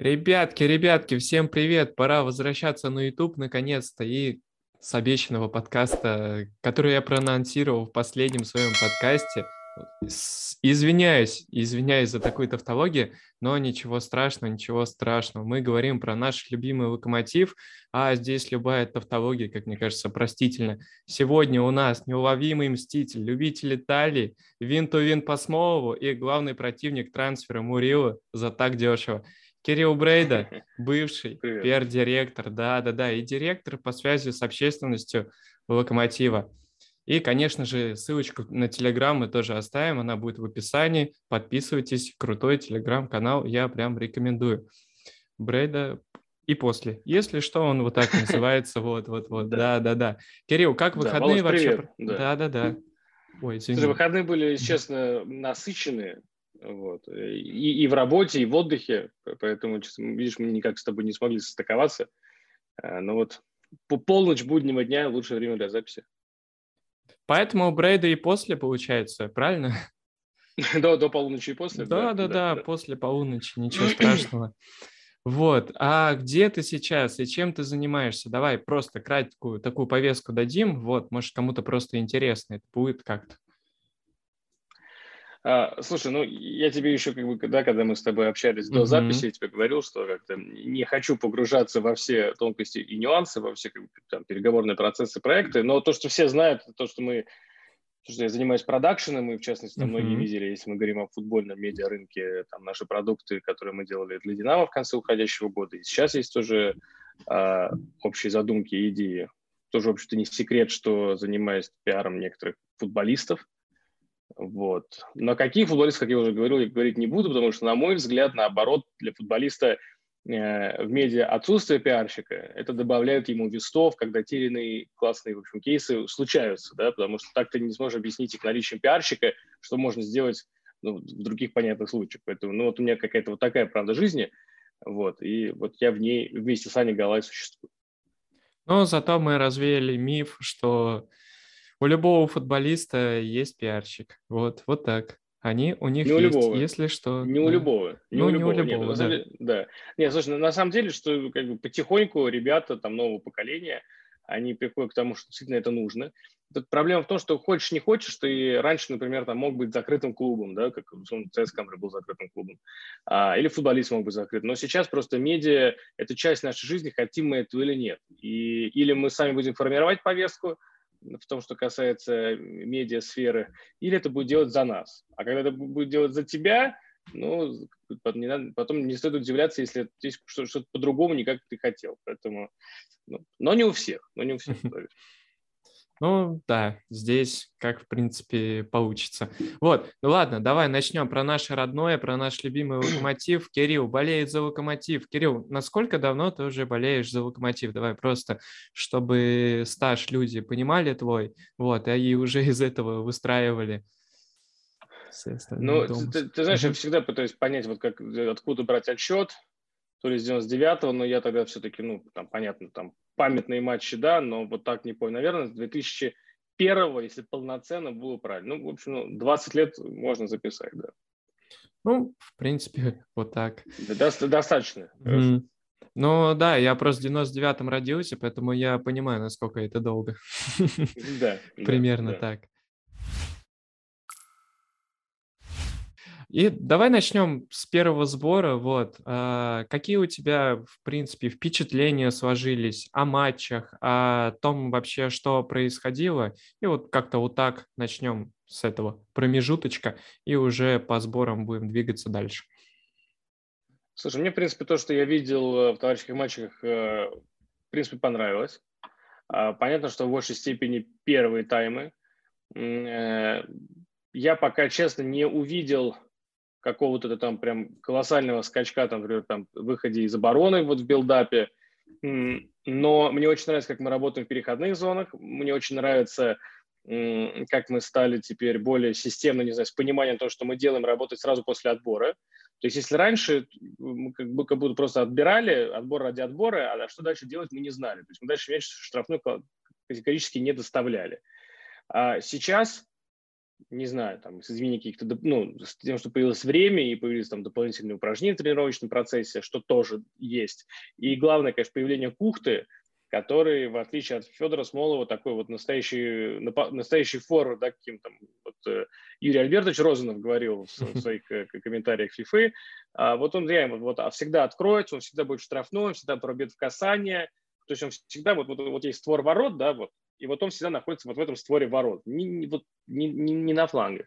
Ребятки, всем привет! Пора возвращаться на YouTube наконец-то и с обещанного подкаста, который я проанонсировал в последнем своем подкасте. Извиняюсь за такую тавтологию, но ничего страшного. Мы говорим про наш любимый Локомотив, а здесь любая тавтология, как мне кажется, простительна. Сегодня у нас неуловимый мститель, любитель Италии, вин-ту-вин по Смолову и главный противник трансфера Мурило за так дешево. Кирилл Брейда, бывший Привет. пиар-директор, да, и директор по связи с общественностью Локомотива. И, конечно же, ссылочку на Телеграм мы тоже оставим, она будет в описании. Подписывайтесь, крутой Телеграм-канал, я прям рекомендую. Брейда и после. Если что, он вот так называется, вот, Да, да. Кирилл, как да, выходные Володь, вообще? привет. Да. Да. Ой, Слушай, извини. выходные были, если честно, насыщенные. Вот. И в работе, и в отдыхе. Поэтому, видишь, мы никак с тобой не смогли состыковаться. Но вот по полночь буднего дня лучшее время для записи. Поэтому Брейда и после получается, правильно? До полуночи и после, да. Да, после полуночи, ничего страшного. Вот, а где ты сейчас и чем ты занимаешься? Давай просто краткую такую повестку дадим, вот, может, кому-то просто интересно это будет как-то. Слушай, ну я тебе еще, когда мы с тобой общались до записи, я тебе говорил, что как-то не хочу погружаться во все тонкости и нюансы, во все там, переговорные процессы, проекты, но то, что все знают, то, что я занимаюсь продакшеном, и в частности, там многие видели, если мы говорим о футбольном медиарынке, там наши продукты, которые мы делали для Динамо в конце уходящего года, и сейчас есть тоже общие задумки и идеи. Тоже, в общем-то, не секрет, что занимаюсь пиаром некоторых футболистов. Вот. Но каких футболистов, как я уже говорил, я говорить не буду, потому что, на мой взгляд, наоборот, для футболиста в медиа отсутствие пиарщика, это добавляет ему весов, когда те или иные классные, в общем, кейсы случаются, да, потому что так ты не сможешь объяснить их наличием пиарщика, что можно сделать в других понятных случаях. Поэтому, вот у меня какая-то вот такая правда жизни, вот, и вот я в ней вместе с Аней Галай существую. Но зато мы развеяли миф, что у любого футболиста есть пиарщик. Вот так. У них Не у есть, любого. если что, Не у да. любого, не у Ну, не у любого. Нет, любого, на самом да. деле, да. Нет, слушай, на самом деле, что как бы потихоньку ребята там нового поколения, они приходят к тому, что действительно это нужно. Тут проблема в том, что хочешь не хочешь, ты раньше, например, там мог быть закрытым клубом, да, как ЦСКА был закрытым клубом, или футболист мог быть закрыт. Но сейчас просто медиа – это часть нашей жизни, хотим мы этого или нет. Или мы сами будем формировать повестку в том, что касается медиасферы, или это будет делать за нас. А когда это будет делать за тебя, потом не стоит удивляться, если здесь что-то по-другому, не как ты хотел. Поэтому, но не у всех, Ну, да, здесь как, в принципе, получится. Вот, ну ладно, давай начнем про наше родное, про наш любимый Локомотив. Кирилл болеет за Локомотив. Кирилл, насколько давно ты уже болеешь за Локомотив? Давай просто, чтобы стаж люди понимали твой, вот, и уже из этого выстраивали все остальные Ну, домыслы. ты знаешь, я всегда пытаюсь понять, вот как, откуда брать отсчет, то ли с 99-го, но я тогда все-таки, там, понятно, там, памятные матчи, да, но вот так не понял. Наверное, с 2001-го, если полноценно, было правильно. В общем, 20 лет можно записать, да. Ну, в принципе, вот так. Достаточно, хорошо. Ну, да, я просто в 99-м родился, поэтому я понимаю, насколько это долго. Да. Примерно так. И давай начнем с первого сбора. Вот. Какие у тебя, в принципе, впечатления сложились о матчах, о том вообще, что происходило? И вот как-то вот так начнем с этого промежуточка и уже по сборам будем двигаться дальше. Слушай, мне, в принципе, то, что я видел в товарищеских матчах, в принципе, понравилось. Понятно, что в большей степени первые таймы. Я пока, честно, не увидел какого-то там прям колоссального скачка, там, например, там, в выходе из обороны вот в билдапе. Но мне очень нравится, как мы работаем в переходных зонах. Мне очень нравится, как мы стали теперь более системно, не знаю, с пониманием того, что мы делаем, работать сразу после отбора. То есть если раньше мы как будто просто отбирали отбор ради отбора, а что дальше делать мы не знали. То есть мы дальше мяч штрафной категорически не доставляли. А сейчас не знаю, там, с изменением каких-то, ну, с тем, что появилось время и появились там дополнительные упражнения в тренировочном процессе, что тоже есть. И главное, конечно, появление Кухты, который, в отличие от Федора Смолова, такой вот настоящий форвард, да, каким там вот, Юрий Альбертович Розанов говорил в своих комментариях ФИФы, вот он реально вот, всегда откроется, он всегда будет штрафной, он всегда пробьет в касание, то есть он всегда, вот есть створ ворот, да, вот, и вот он всегда находится вот в этом створе ворот, не на флангах.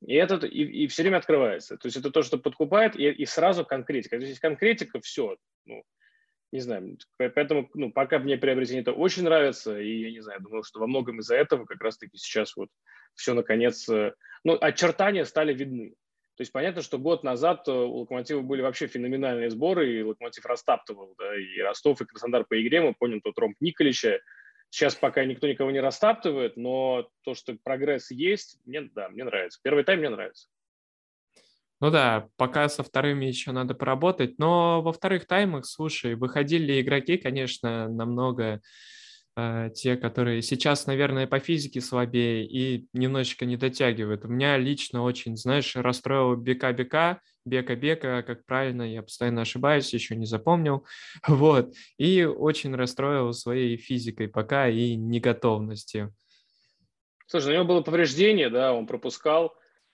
И все время открывается. То есть это то, что подкупает, и сразу конкретика. Если есть конкретика, все. Ну, не знаю. Поэтому пока мне приобретение это очень нравится, и я не знаю, думаю, что во многом из-за этого как раз-таки сейчас вот все наконец... очертания стали видны. То есть понятно, что год назад у Локомотива были вообще феноменальные сборы, и Локомотив растаптывал, да, и Ростов, и Краснодар по игре, мы помним тот ромб Николича. Сейчас пока никто никого не растаптывает, но то, что прогресс есть, мне нравится. Первый тайм мне нравится. Ну да, пока со вторыми еще надо поработать, но во вторых таймах, слушай, выходили игроки, конечно, намного те, которые сейчас, наверное, по физике слабее и немножечко не дотягивают. У меня лично очень, знаешь, расстроил Бека, как правильно, я постоянно ошибаюсь, еще не запомнил, вот, и очень расстроил своей физикой пока и неготовностью. Слушай, у него было повреждение, да, он пропускал.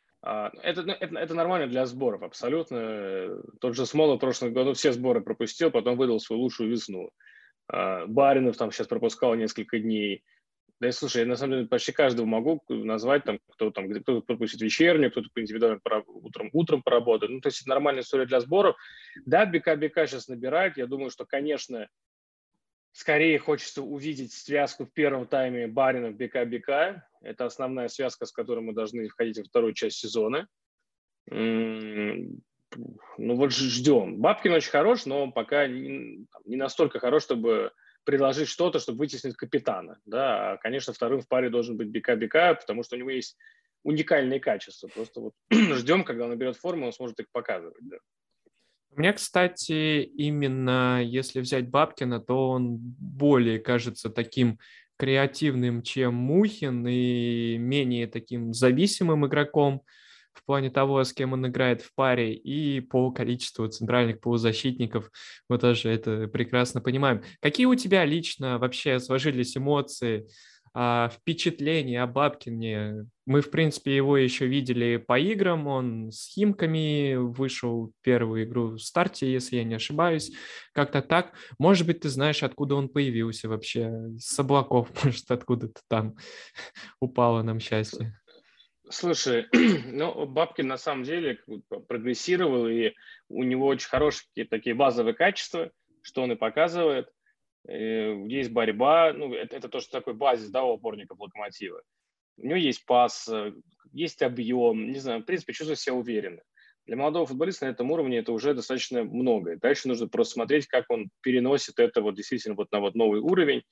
Это нормально для сборов, абсолютно. Тот же Смолов в прошлом году все сборы пропустил, потом выдал свою лучшую весну. Баринов там сейчас пропускал несколько дней. Да и слушай, я на самом деле почти каждого могу назвать, там, кто-то пропустит вечернюю, кто-то индивидуально утром поработает. Ну, то есть это нормальная история для сборов. Да, Бека сейчас набирает. Я думаю, что, конечно, скорее хочется увидеть связку в первом тайме Баринов, Бека. Это основная связка, с которой мы должны входить во вторую часть сезона. Ну вот ждем. Бабкин очень хорош, но он пока не настолько хорош, чтобы предложить что-то, чтобы вытеснить капитана. Да? Конечно, вторым в паре должен быть Бека, потому что у него есть уникальные качества. Просто вот ждем, когда он наберет форму, он сможет их показывать. Да. У меня, кстати, именно если взять Бабкина, то он более кажется таким креативным, чем Мухин, и менее таким зависимым игроком в плане того, с кем он играет в паре, и по количеству центральных полузащитников мы тоже это прекрасно понимаем. Какие у тебя лично вообще сложились эмоции, впечатления о Бабкине? Мы, в принципе, его еще видели по играм, он с Химками вышел первую игру в старте, если я не ошибаюсь, как-то так. Может быть, ты знаешь, откуда он появился вообще, с облаков, может, откуда-то там упало нам счастье. Слушай, ну, Бабкин на самом деле прогрессировал, и у него очень хорошие такие базовые качества, что он и показывает. Есть борьба, ну, это то, что такой базис, да, у опорников Локомотива. У него есть пас, есть объем, не знаю, в принципе, чувствую себя уверенно. Для молодого футболиста на этом уровне это уже достаточно много. Дальше нужно просто смотреть, как он переносит это вот действительно вот на вот новый уровень.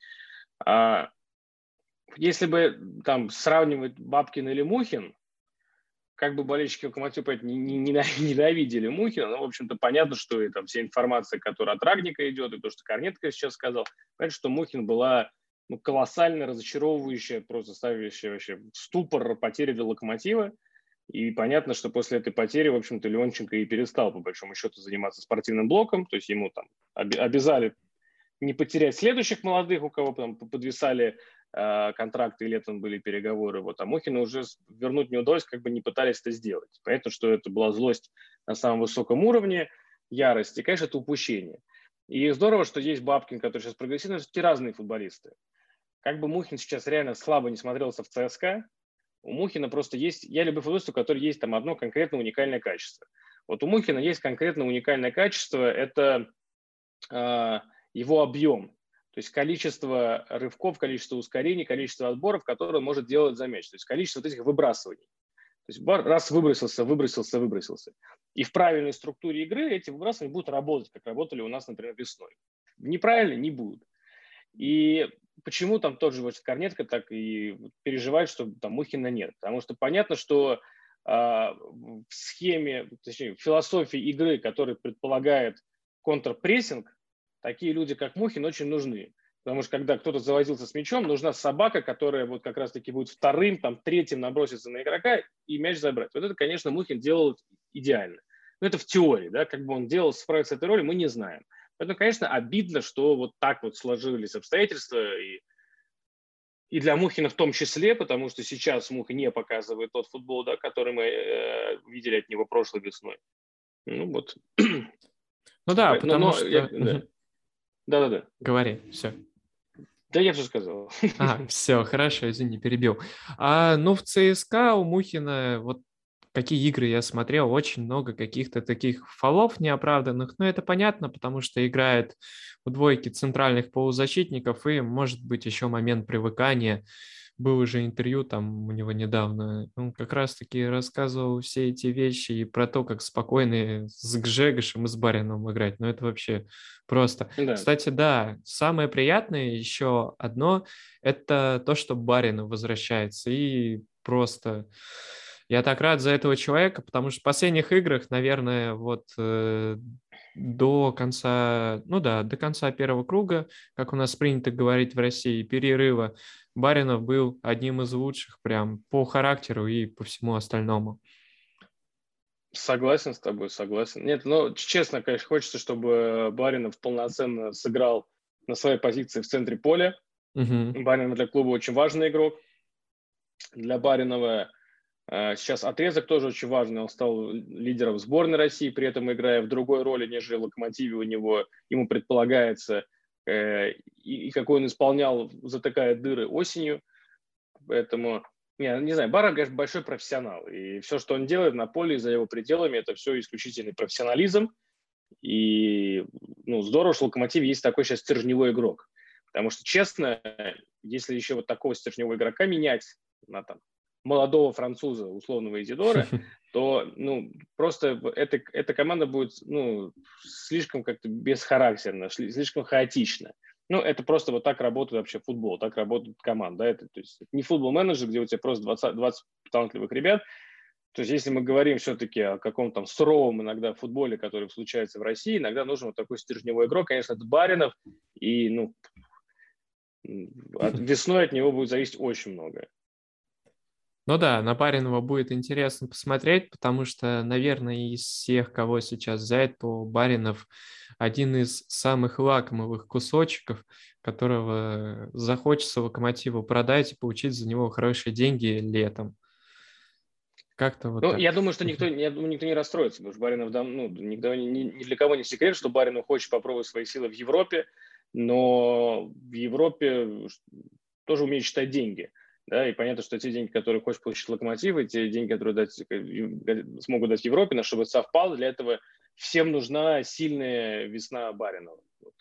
Если бы там сравнивать Бабкин или Мухин, как бы болельщики Локомотива ненавидели Мухина, но, в общем-то, понятно, что и там вся информация, которая от Рагника идет, и то, что Корнетко сейчас сказал, понятно, что Мухин была колоссально разочаровывающая, просто ставящая вообще в ступор потеря для Локомотива. И понятно, что после этой потери, в общем-то, Леонченко и перестал, по большому счету, заниматься спортивным блоком, то есть ему там обязали не потерять следующих молодых, у кого там подвисали контракты и летом были переговоры. Вот, а Мухина уже вернуть не удалось, как бы не пытались это сделать. Понятно, что это была злость на самом высоком уровне, ярость, и, конечно, это упущение. И здорово, что есть Бабкин, который сейчас прогрессивный, это разные футболисты. Как бы Мухин сейчас реально слабо не смотрелся в ЦСКА, у Мухина просто есть, я люблю футболиста, у которого есть там одно конкретно уникальное качество. Вот у Мухина есть конкретно уникальное качество, это его объем. То есть количество рывков, количество ускорений, количество отборов, которые он может делать за мяч. То есть количество вот этих выбрасываний. То есть раз выбросился. И в правильной структуре игры эти выбрасывания будут работать, как работали у нас, например, весной. Неправильно не будут. И почему там тот же Корнетко так и переживает, что там Мухина нет? Потому что понятно, что в схеме, точнее, в философии игры, которая предполагает контрпрессинг, такие люди, как Мухин, очень нужны. Потому что когда кто-то завозился с мячом, нужна собака, которая вот как раз-таки будет вторым, там, третьим наброситься на игрока и мяч забрать. Вот это, конечно, Мухин делал идеально. Но это в теории, да, как бы он делал, справиться с этой ролью, мы не знаем. Поэтому, конечно, обидно, что вот так вот сложились обстоятельства, и для Мухина в том числе, потому что сейчас Муха не показывает тот футбол, да, который мы видели от него прошлой весной. Ну вот. Ну да, потому что... Да. Говори, все. Да, я все сказал. Все, хорошо, извини, перебил. Ну, в ЦСКА у Мухина, вот какие игры я смотрел, очень много каких-то таких фолов неоправданных, но это понятно, потому что играет в двойке центральных полузащитников, и, может быть, еще момент привыкания. Был уже интервью там у него недавно, он как раз-таки рассказывал все эти вещи и про то, как спокойно с Гжегошем и с Барином играть. Ну, это вообще просто. Да. Кстати, да, самое приятное еще одно, это то, что Барин возвращается. И просто я так рад за этого человека, потому что в последних играх, наверное, вот до конца, ну да, до конца первого круга, как у нас принято говорить в России, перерыва, Баринов был одним из лучших прям по характеру и по всему остальному. Согласен с тобой, согласен. Нет, ну, честно, конечно, хочется, чтобы Баринов полноценно сыграл на своей позиции в центре поля. Баринов для клуба очень важный игрок. Для Баринова сейчас отрезок тоже очень важный. Он стал лидером сборной России, при этом играя в другой роли, нежели в «Локомотиве» у него, ему предполагается, и какой он исполнял, затыкая дыры осенью. Поэтому, не знаю, Баринов, конечно, большой профессионал. И все, что он делает на поле и за его пределами, это все исключительный профессионализм. И здорово, что в «Локомотиве» есть такой сейчас стержневой игрок. Потому что, честно, если еще вот такого стержневого игрока менять на там молодого француза, условного Изидора, то просто эта команда будет слишком как-то бесхарактерна, слишком хаотична. Это просто вот так работает вообще футбол, так работает команда. Это, то есть, не футбол-менеджер, где у тебя просто 20 талантливых ребят. То есть если мы говорим все-таки о каком-то суровом иногда футболе, который случается в России, иногда нужен вот такой стержневой игрок. Конечно, это Баринов, и весной от него будет зависеть очень многое. Ну да, на Баринова будет интересно посмотреть, потому что, наверное, из всех, кого сейчас взять, то Баринов один из самых лакомых кусочков, которого захочется Локомотиву продать и получить за него хорошие деньги летом. Как-то вот так. Я думаю, что никто не расстроится, потому что Баринов, ни для кого не секрет, что Баринов хочет попробовать свои силы в Европе, но в Европе тоже умеет считать деньги. Да, и понятно, что те деньги, которые хочет получить Локомотив, и те деньги, которые смогут дать в Европе, но чтобы совпало, для этого всем нужна сильная весна Баринова. Вот.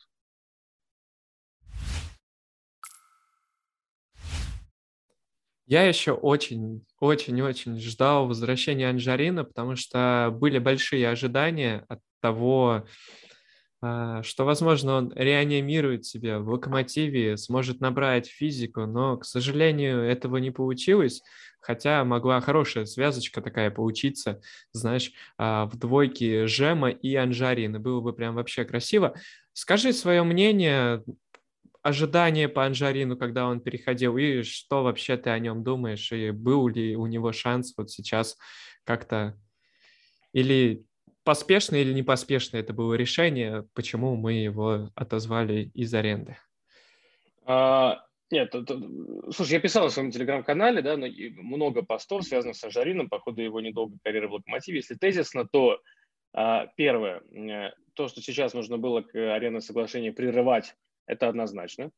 Я еще очень ждал возвращения Анжарина, потому что были большие ожидания от того, что, возможно, он реанимирует себя в «Локомотиве», сможет набрать физику, но, к сожалению, этого не получилось, хотя могла хорошая связочка такая получиться, знаешь, в двойке Жема и Анжарина. Было бы прям вообще красиво. Скажи свое мнение, ожидания по Анжарину, когда он переходил, и что вообще ты о нем думаешь, и был ли у него шанс вот сейчас как-то, или поспешно или не поспешно это было решение, почему мы его отозвали из аренды? Нет, слушай, я писал на своем телеграм-канале, да, но много постов, связанных с Анжарином по ходу его недолгой карьеры в «Локомотиве». Если тезисно, то первое, то, что сейчас нужно было к арендному соглашению прерывать, это однозначно.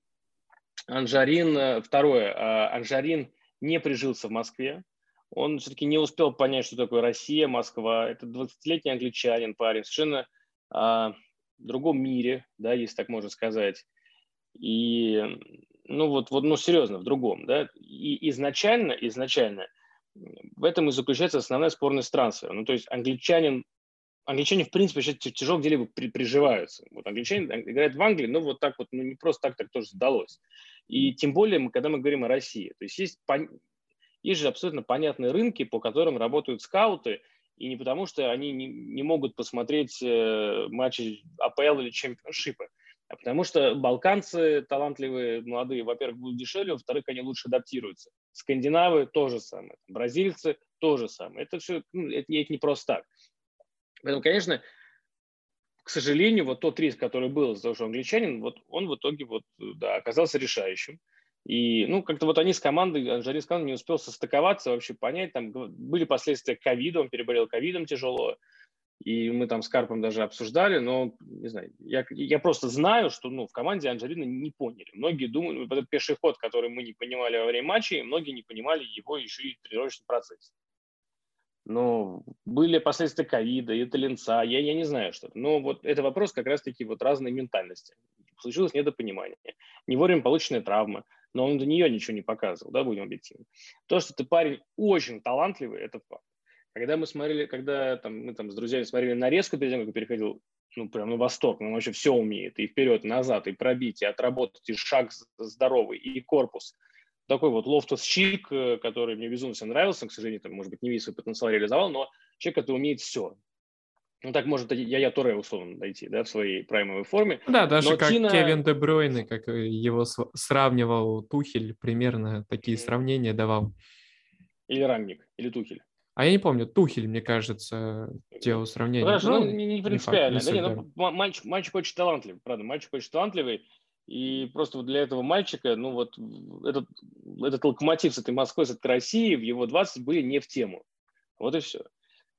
Второе, Анжарин не прижился в Москве. Он все-таки не успел понять, что такое Россия, Москва. Это 20-летний англичанин, парень, совершенно в другом мире, да, если так можно сказать. И, серьезно, в другом, да. И изначально в этом и заключается основная спорность трансфера. То есть англичане, в принципе, сейчас тяжело где-либо приживаются. Вот англичане играют в Англии, но вот так вот, не просто так тоже сдалось. И тем более, когда мы говорим о России. То есть есть же абсолютно понятные рынки, по которым работают скауты, и не потому, что они не могут посмотреть матчи АПЛ или чемпионшипа. А потому что балканцы талантливые, молодые, во-первых, будут дешевле, во-вторых, они лучше адаптируются. Скандинавы то же самое, бразильцы то же самое. Это все, это не просто так. Поэтому, конечно, к сожалению, вот тот риск, который был из-за того, что англичанин, вот он в итоге вот, да, оказался решающим. И, как-то вот они с командой, Анжари с командой не успел состыковаться, вообще понять, там были последствия ковида, он переболел ковидом тяжело, и мы там с Карпом даже обсуждали, но, не знаю, я просто знаю, что, в команде Анжарина не поняли. Многие думают, этот пеший ход, который мы не понимали во время матчей, многие не понимали его еще и в тренировочном процессе. Но были последствия ковида, это линца, я не знаю что. Но вот это вопрос как раз-таки вот разной ментальности. Случилось недопонимание, не вовремя полученная травма, но он до нее ничего не показывал, да, будем объективны. То, что ты парень очень талантливый, это факт. Когда мы с друзьями смотрели нарезку перед тем, как переходил, прям на восторг, он вообще все умеет, и вперед, и назад, и пробить, и отработать, и шаг здоровый, и корпус. Такой вот лофтус-чик, который мне безумно нравился, к сожалению, может быть, не весь свой потенциал реализовал, но человек, который умеет все. Так может я Туре условно дойти, да, в своей праймовой форме. Да, даже Но как Тина... Кевин Де Брuyне, как его сравнивал Тухель, примерно такие сравнения давал. Или Рангник, или Тухель. А я не помню, Тухель, мне кажется, делал сравнение. Хорошо, не принципиально. Не факт, мальчик очень талантливый, правда, мальчик очень талантливый. И просто вот для этого мальчика, этот локомотив с этой Москвой, с этой Россией в его 20 были не в тему. Вот и все.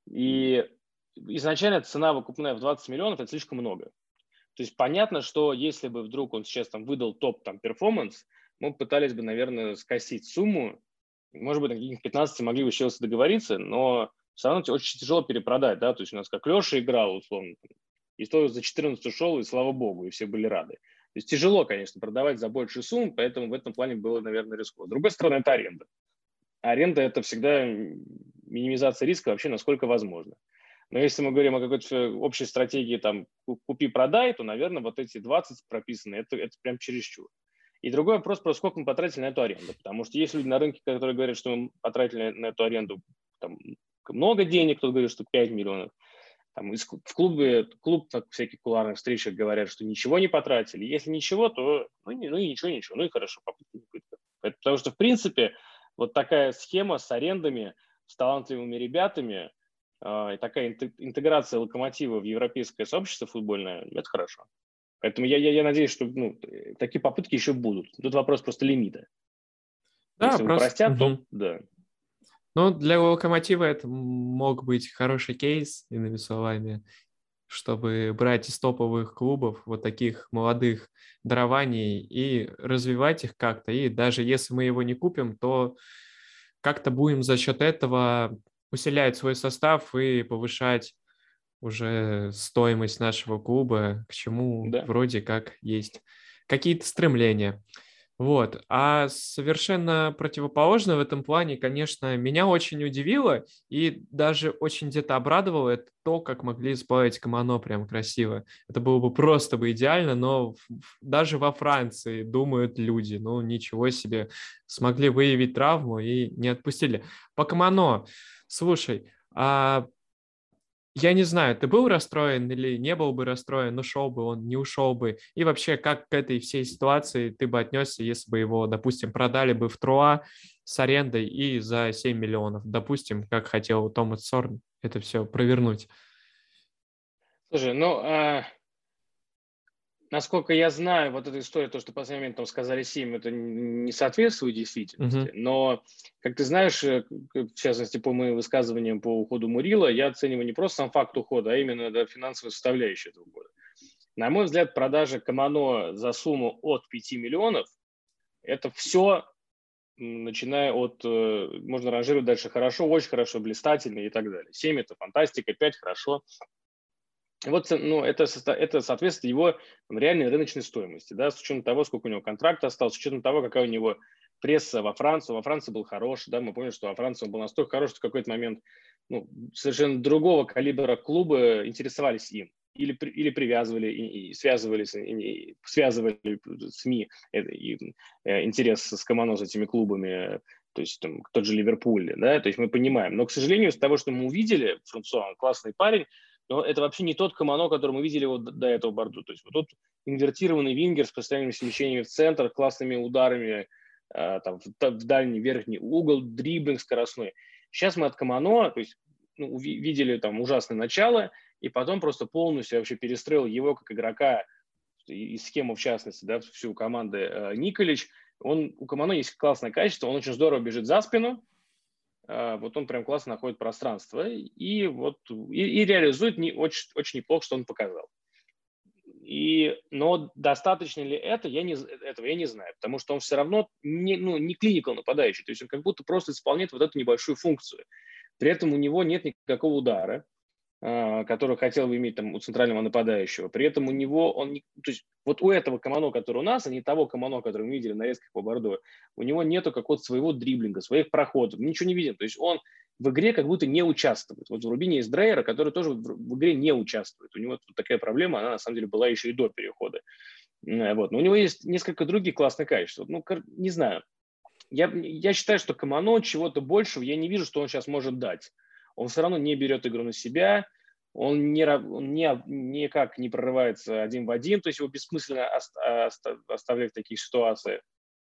И изначально цена выкупная в 20 миллионов – это слишком много. То есть понятно, что если бы вдруг он сейчас выдал топ перформанс, мы пытались бы, наверное, скосить сумму. Может быть, на каких-нибудь 15 могли бы с Челси договориться, но все равно очень тяжело перепродать, да, то есть у нас как Леша играл, условно, и стоил за 14 ушел, и слава богу, и все были рады. То есть тяжело, конечно, продавать за большую сумму, поэтому в этом плане было, наверное, рисково. С другой стороны, это аренда. Аренда – это всегда минимизация риска вообще насколько возможно. Но если мы говорим о какой-то общей стратегии, купи-продай, то, наверное, вот эти 20 прописаны, это прям чересчур. И другой вопрос, просто сколько мы потратили на эту аренду. Потому что есть люди на рынке, которые говорят, что мы потратили на эту аренду много денег, кто-то говорит, что 5 миллионов. В клуб на всяких кулуарных встречах говорят, что ничего не потратили. Если ничего, то ничего, и хорошо, попытка не пытка. Потому что, в принципе, вот такая схема с арендами, с талантливыми ребятами, и такая интеграция Локомотива в европейское сообщество футбольное, это хорошо. Поэтому я надеюсь, что такие попытки еще будут. Тут вопрос просто лимита. Да, если упростят, то да. Ну, для Локомотива это мог быть хороший кейс, иными словами, чтобы брать из топовых клубов вот таких молодых дарований и развивать их как-то. И даже если мы его не купим, то как-то будем за счет этого усилять свой состав и повышать уже стоимость нашего клуба, к чему вроде как есть какие-то стремления. Вот. А совершенно противоположно в этом плане, конечно, меня очень удивило и даже очень где-то обрадовало это то, как могли исполнить Комано прям красиво. Это было бы просто идеально, но даже во Франции думают люди, ничего себе, смогли выявить травму и не отпустили. По Комано, слушай, я не знаю, ты был расстроен или не был бы расстроен, ушел бы он, не ушел бы? И вообще, как к этой всей ситуации ты бы отнесся, если бы его, допустим, продали бы в Труа с арендой и за 7 миллионов? Допустим, как хотел Томас Сорн это все провернуть. Слушай, насколько я знаю, вот эта история, то, что в последний момент сказали 7, это не соответствует действительности. Но, как ты знаешь, в частности, по моим высказываниям по уходу Мурила, я оцениваю не просто сам факт ухода, а именно финансовую составляющую этого года. На мой взгляд, продажа Комано за сумму от 5 миллионов – это все, начиная от, можно ранжировать дальше хорошо, очень хорошо, блистательно и так далее. 7 – это фантастика, 5 – хорошо. Вот, это соответствует его реальной рыночной стоимости, да, с учетом того, сколько у него контракта осталось, с учетом того, какая у него пресса во Франции. Во Франции был хороший, да, мы помним, что во Франции он был настолько хорош, что в какой-то момент совершенно другого калибра клубы интересовались им или привязывали и связывали СМИ интерес с Комано, с этими клубами, то есть тот же Ливерпуль, да, то есть мы понимаем. Но, к сожалению, из того, что мы увидели, Франсуа, он классный парень, но это вообще не тот Комано, который мы видели до этого Бордо. То есть вот тут инвертированный вингер с постоянными смещениями в центр, классными ударами там, в дальний верхний угол, дриблинг скоростной. Сейчас мы от Камано, то есть, видели там ужасное начало, и потом просто полностью вообще перестроил его как игрока и схему, в частности, да, всю команды Николич. У Камано есть классное качество, он очень здорово бежит за спину, вот он прям классно находит пространство и реализует очень, очень неплохо, что он показал. Но достаточно ли этого я не знаю, потому что он все равно не клиникал нападающий, то есть он как будто просто исполняет вот эту небольшую функцию. При этом у него нет никакого удара, который хотел бы иметь там у центрального нападающего. При этом у него, то есть вот у этого Камано, который у нас, а не того Камано, который мы видели на нарезках по Бордо, у него нету какого-то своего дриблинга, своих проходов, мы ничего не видим. То есть он в игре как будто не участвует. Вот в Рубине есть Дрейера, который тоже в игре не участвует. У него тут такая проблема, она на самом деле была еще и до перехода. Вот. Но у него есть несколько других классных качеств. Не знаю. Я считаю, что Камано чего-то большего, я не вижу, что он сейчас может дать. Он все равно не берет игру на себя, он никак не прорывается один в один, то есть его бессмысленно оставлять в таких ситуациях.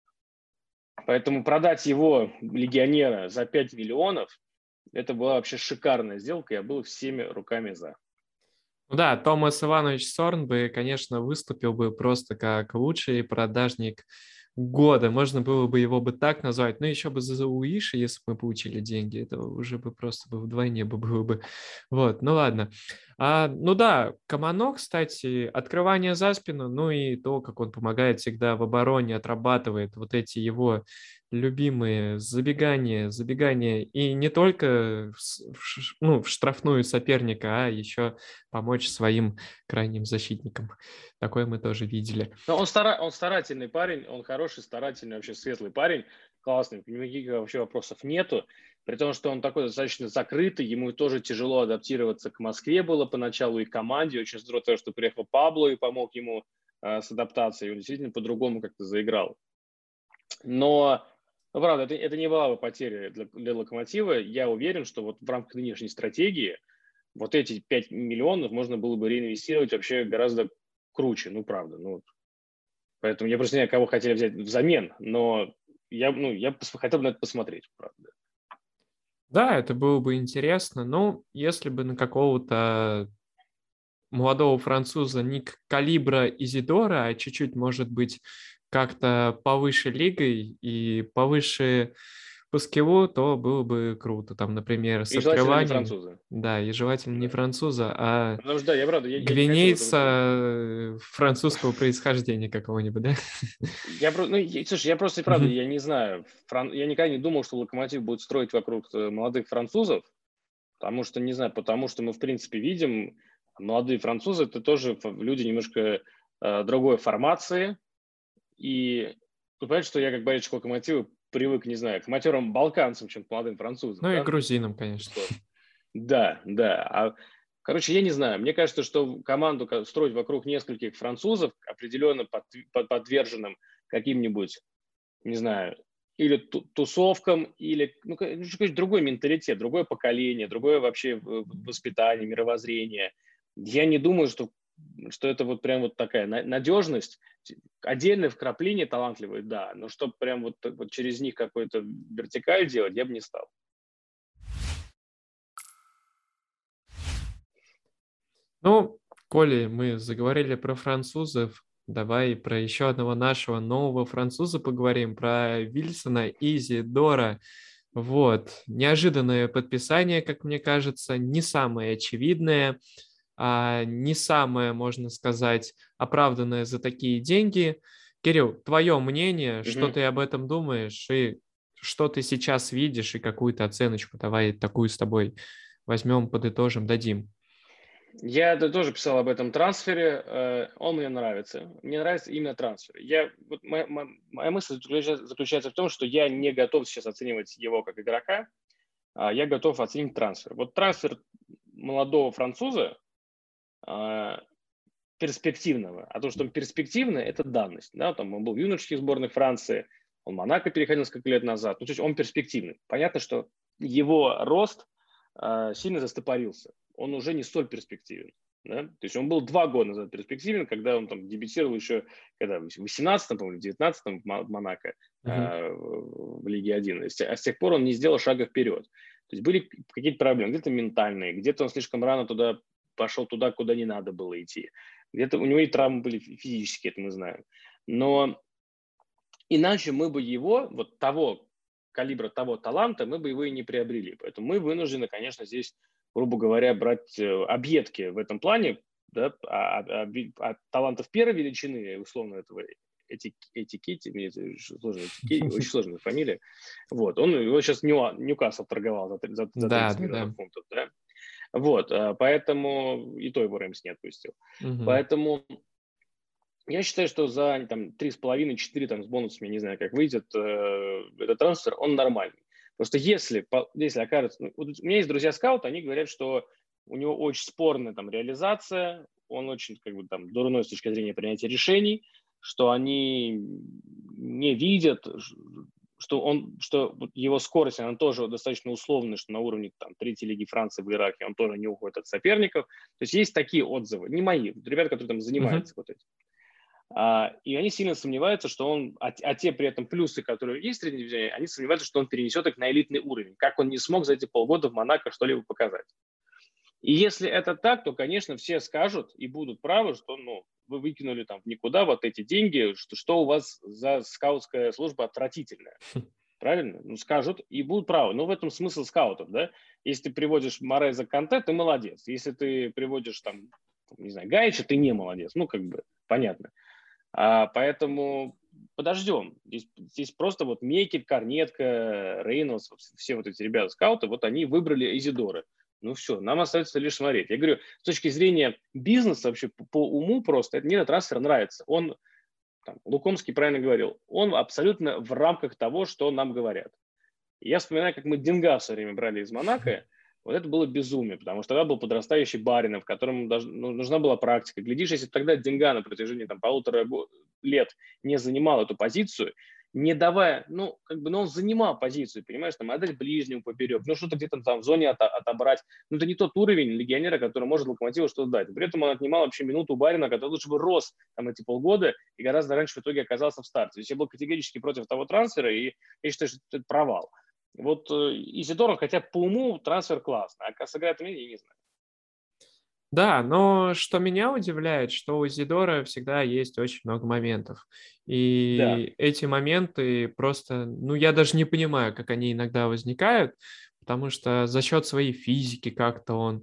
Поэтому продать его, легионера, за 5 миллионов, это была вообще шикарная сделка, я был всеми руками за. Ну да, Томас Иванович Сорн бы, конечно, выступил бы просто как лучший продажник года. Можно было бы его бы так назвать. Но еще бы за Уиши, если бы мы получили деньги, это уже бы просто бы вдвойне бы было бы. Вот, ну ладно. Ну да, Камано, кстати, открывание за спину, ну и то, как он помогает всегда в обороне, отрабатывает вот эти его любимые забегания, и не только в штрафную соперника, а еще помочь своим крайним защитникам. Такое мы тоже видели. Но он старательный парень, он хороший, старательный, вообще светлый парень, классный, никаких вообще вопросов нету. При том, что он такой достаточно закрытый, ему тоже тяжело адаптироваться к Москве было поначалу и команде. Очень здорово, что приехал Пабло и помог ему с адаптацией. Он действительно по-другому как-то заиграл. Но, правда, это не была бы потеря для Локомотива. Я уверен, что вот в рамках нынешней стратегии вот эти 5 миллионов можно было бы реинвестировать вообще гораздо круче, правда. Поэтому я просто не знаю, кого хотели взять взамен, но я хотел бы на это посмотреть, правда. Да, это было бы интересно. Ну, если бы на какого-то молодого француза не калибра Изидора, а чуть-чуть, может быть, как-то повыше лигой и повыше по скиллу, то было бы круто. Там, например, с желательно не открыванием. француза. Да, и желательно не француза, а потому что, да, я правда, я не гвинейца французского происхождения какого-нибудь, да? Слушай, я просто, правда, я не знаю. Я никогда не думал, что Локомотив будет строить вокруг молодых французов, потому что мы, в принципе, видим, молодые французы – это тоже люди немножко другой формации. И вы понимаете, что я, как болельщик Локомотива, привык, не знаю, к матерым балканцам, чем к молодым французам. Ну и грузинам, конечно. Да. Короче, я не знаю. Мне кажется, что команду строить вокруг нескольких французов, определенно подверженным каким-нибудь, не знаю, или тусовкам, или другой менталитет, другое поколение, другое вообще воспитание, мировоззрение. Я не думаю, что это вот прям вот такая надежность. Отдельное вкрапление талантливое, да, но чтобы прям вот через них какой-то вертикаль делать, я бы не стал. Ну, коли мы заговорили про французов, давай про еще одного нашего нового француза поговорим, про Вильсона Изидора. Вот, неожиданное подписание, как мне кажется, не самое очевидное, не самое, можно сказать, оправданное за такие деньги. Кирилл, твое мнение, что ты об этом думаешь, и что ты сейчас видишь, и какую-то оценочку давай такую с тобой возьмем, подытожим, дадим. Я тоже писал об этом трансфере, он мне нравится. Мне нравится именно трансфер. Моя мысль заключается в том, что я не готов сейчас оценивать его как игрока, я готов оценить трансфер. Вот трансфер молодого француза, перспективного, а то, что он перспективный, это данность. Да? Там он был в юношеских сборных Франции, он в Монако переходил несколько лет назад. То есть он перспективный. Понятно, что его рост сильно застопорился. Он уже не столь перспективен. Да? То есть он был 2 года назад перспективен, когда он там дебютировал еще, когда в 18-м, по-моему, в 19-м в Монако, Мгм. в Лиге 1. А с тех пор он не сделал шага вперед. То есть были какие-то проблемы, где-то ментальные, где-то он слишком рано пошел туда, куда не надо было идти. Где-то у него и травмы были физические, это мы знаем. Но иначе мы бы его, вот того калибра, того таланта, мы бы его и не приобрели. Поэтому мы вынуждены, конечно, здесь, грубо говоря, брать объедки в этом плане, да, от талантов первой величины, условно, этого Этикетти, мне это очень сложная фамилия. Вот, он его сейчас Ньюкасл торговал за Да, 30 да, миллионов да. фунтов, да. Вот, поэтому и то его Рэмс не отпустил. Мгм. Поэтому я считаю, что за там 3,5-4 там, с бонусами, я не знаю, как выйдет этот трансфер, он нормальный. Просто если окажется... Ну, вот у меня есть друзья-скауты, они говорят, что у него очень спорная там реализация, он очень как бы там дурной с точки зрения принятия решений, что они не видят, что вот его скорость, она тоже достаточно условная, что на уровне там третьей лиги Франции в Ираке он тоже не уходит от соперников. То есть есть такие отзывы, не мои, ребят, которые там Мгм. занимаются вот этим. И они сильно сомневаются, что он, те при этом плюсы, которые есть в средней дивизионе, они сомневаются, что он перенесет их на элитный уровень. Как он не смог за эти полгода в Монако что-либо показать. И если это так, то, конечно, все скажут и будут правы, что ну, вы выкинули там в никуда вот эти деньги, что у вас за скаутская служба отвратительная. Правильно? Ну, скажут и будут правы. Но в этом смысл скаутов, да? Если ты приводишь Мореза Канте, ты молодец. Если ты приводишь там, не знаю, Гаича, ты не молодец. Ну, как бы, понятно. Поэтому подождем. Здесь просто вот Мекель, Корнетко, Рейнольдс, все вот эти ребята-скауты, вот они выбрали Изидоры. Ну все, нам остается лишь смотреть. Я говорю, с точки зрения бизнеса, вообще по уму просто, мне этот трансфер нравится. Он, там, Лукомский правильно говорил, он абсолютно в рамках того, что нам говорят. И я вспоминаю, как мы Денга все время брали из Монако. Вот это было безумие, потому что тогда был подрастающий Баринов, которому нужна была практика. Глядишь, если тогда Денга на протяжении там, 1,5 лет не занимал эту позицию, не давая, ну, как бы, но он занимал позицию, понимаешь, там, отдать ближнему поперек, ну, что-то где-то там в зоне отобрать. Ну, это не тот уровень легионера, который может Локомотиву что-то дать. При этом он отнимал вообще минуту у Барина, который лучше бы рос там эти полгода и гораздо раньше в итоге оказался в старте. То есть я был категорически против того трансфера, и я считаю, что это провал. Вот Изидор, хотя по уму трансфер классный, а как сыграет я не знаю. Да, но что меня удивляет, что у Изидора всегда есть очень много моментов. Да, И эти моменты просто, ну, я даже не понимаю, как они иногда возникают, потому что за счет своей физики как-то он...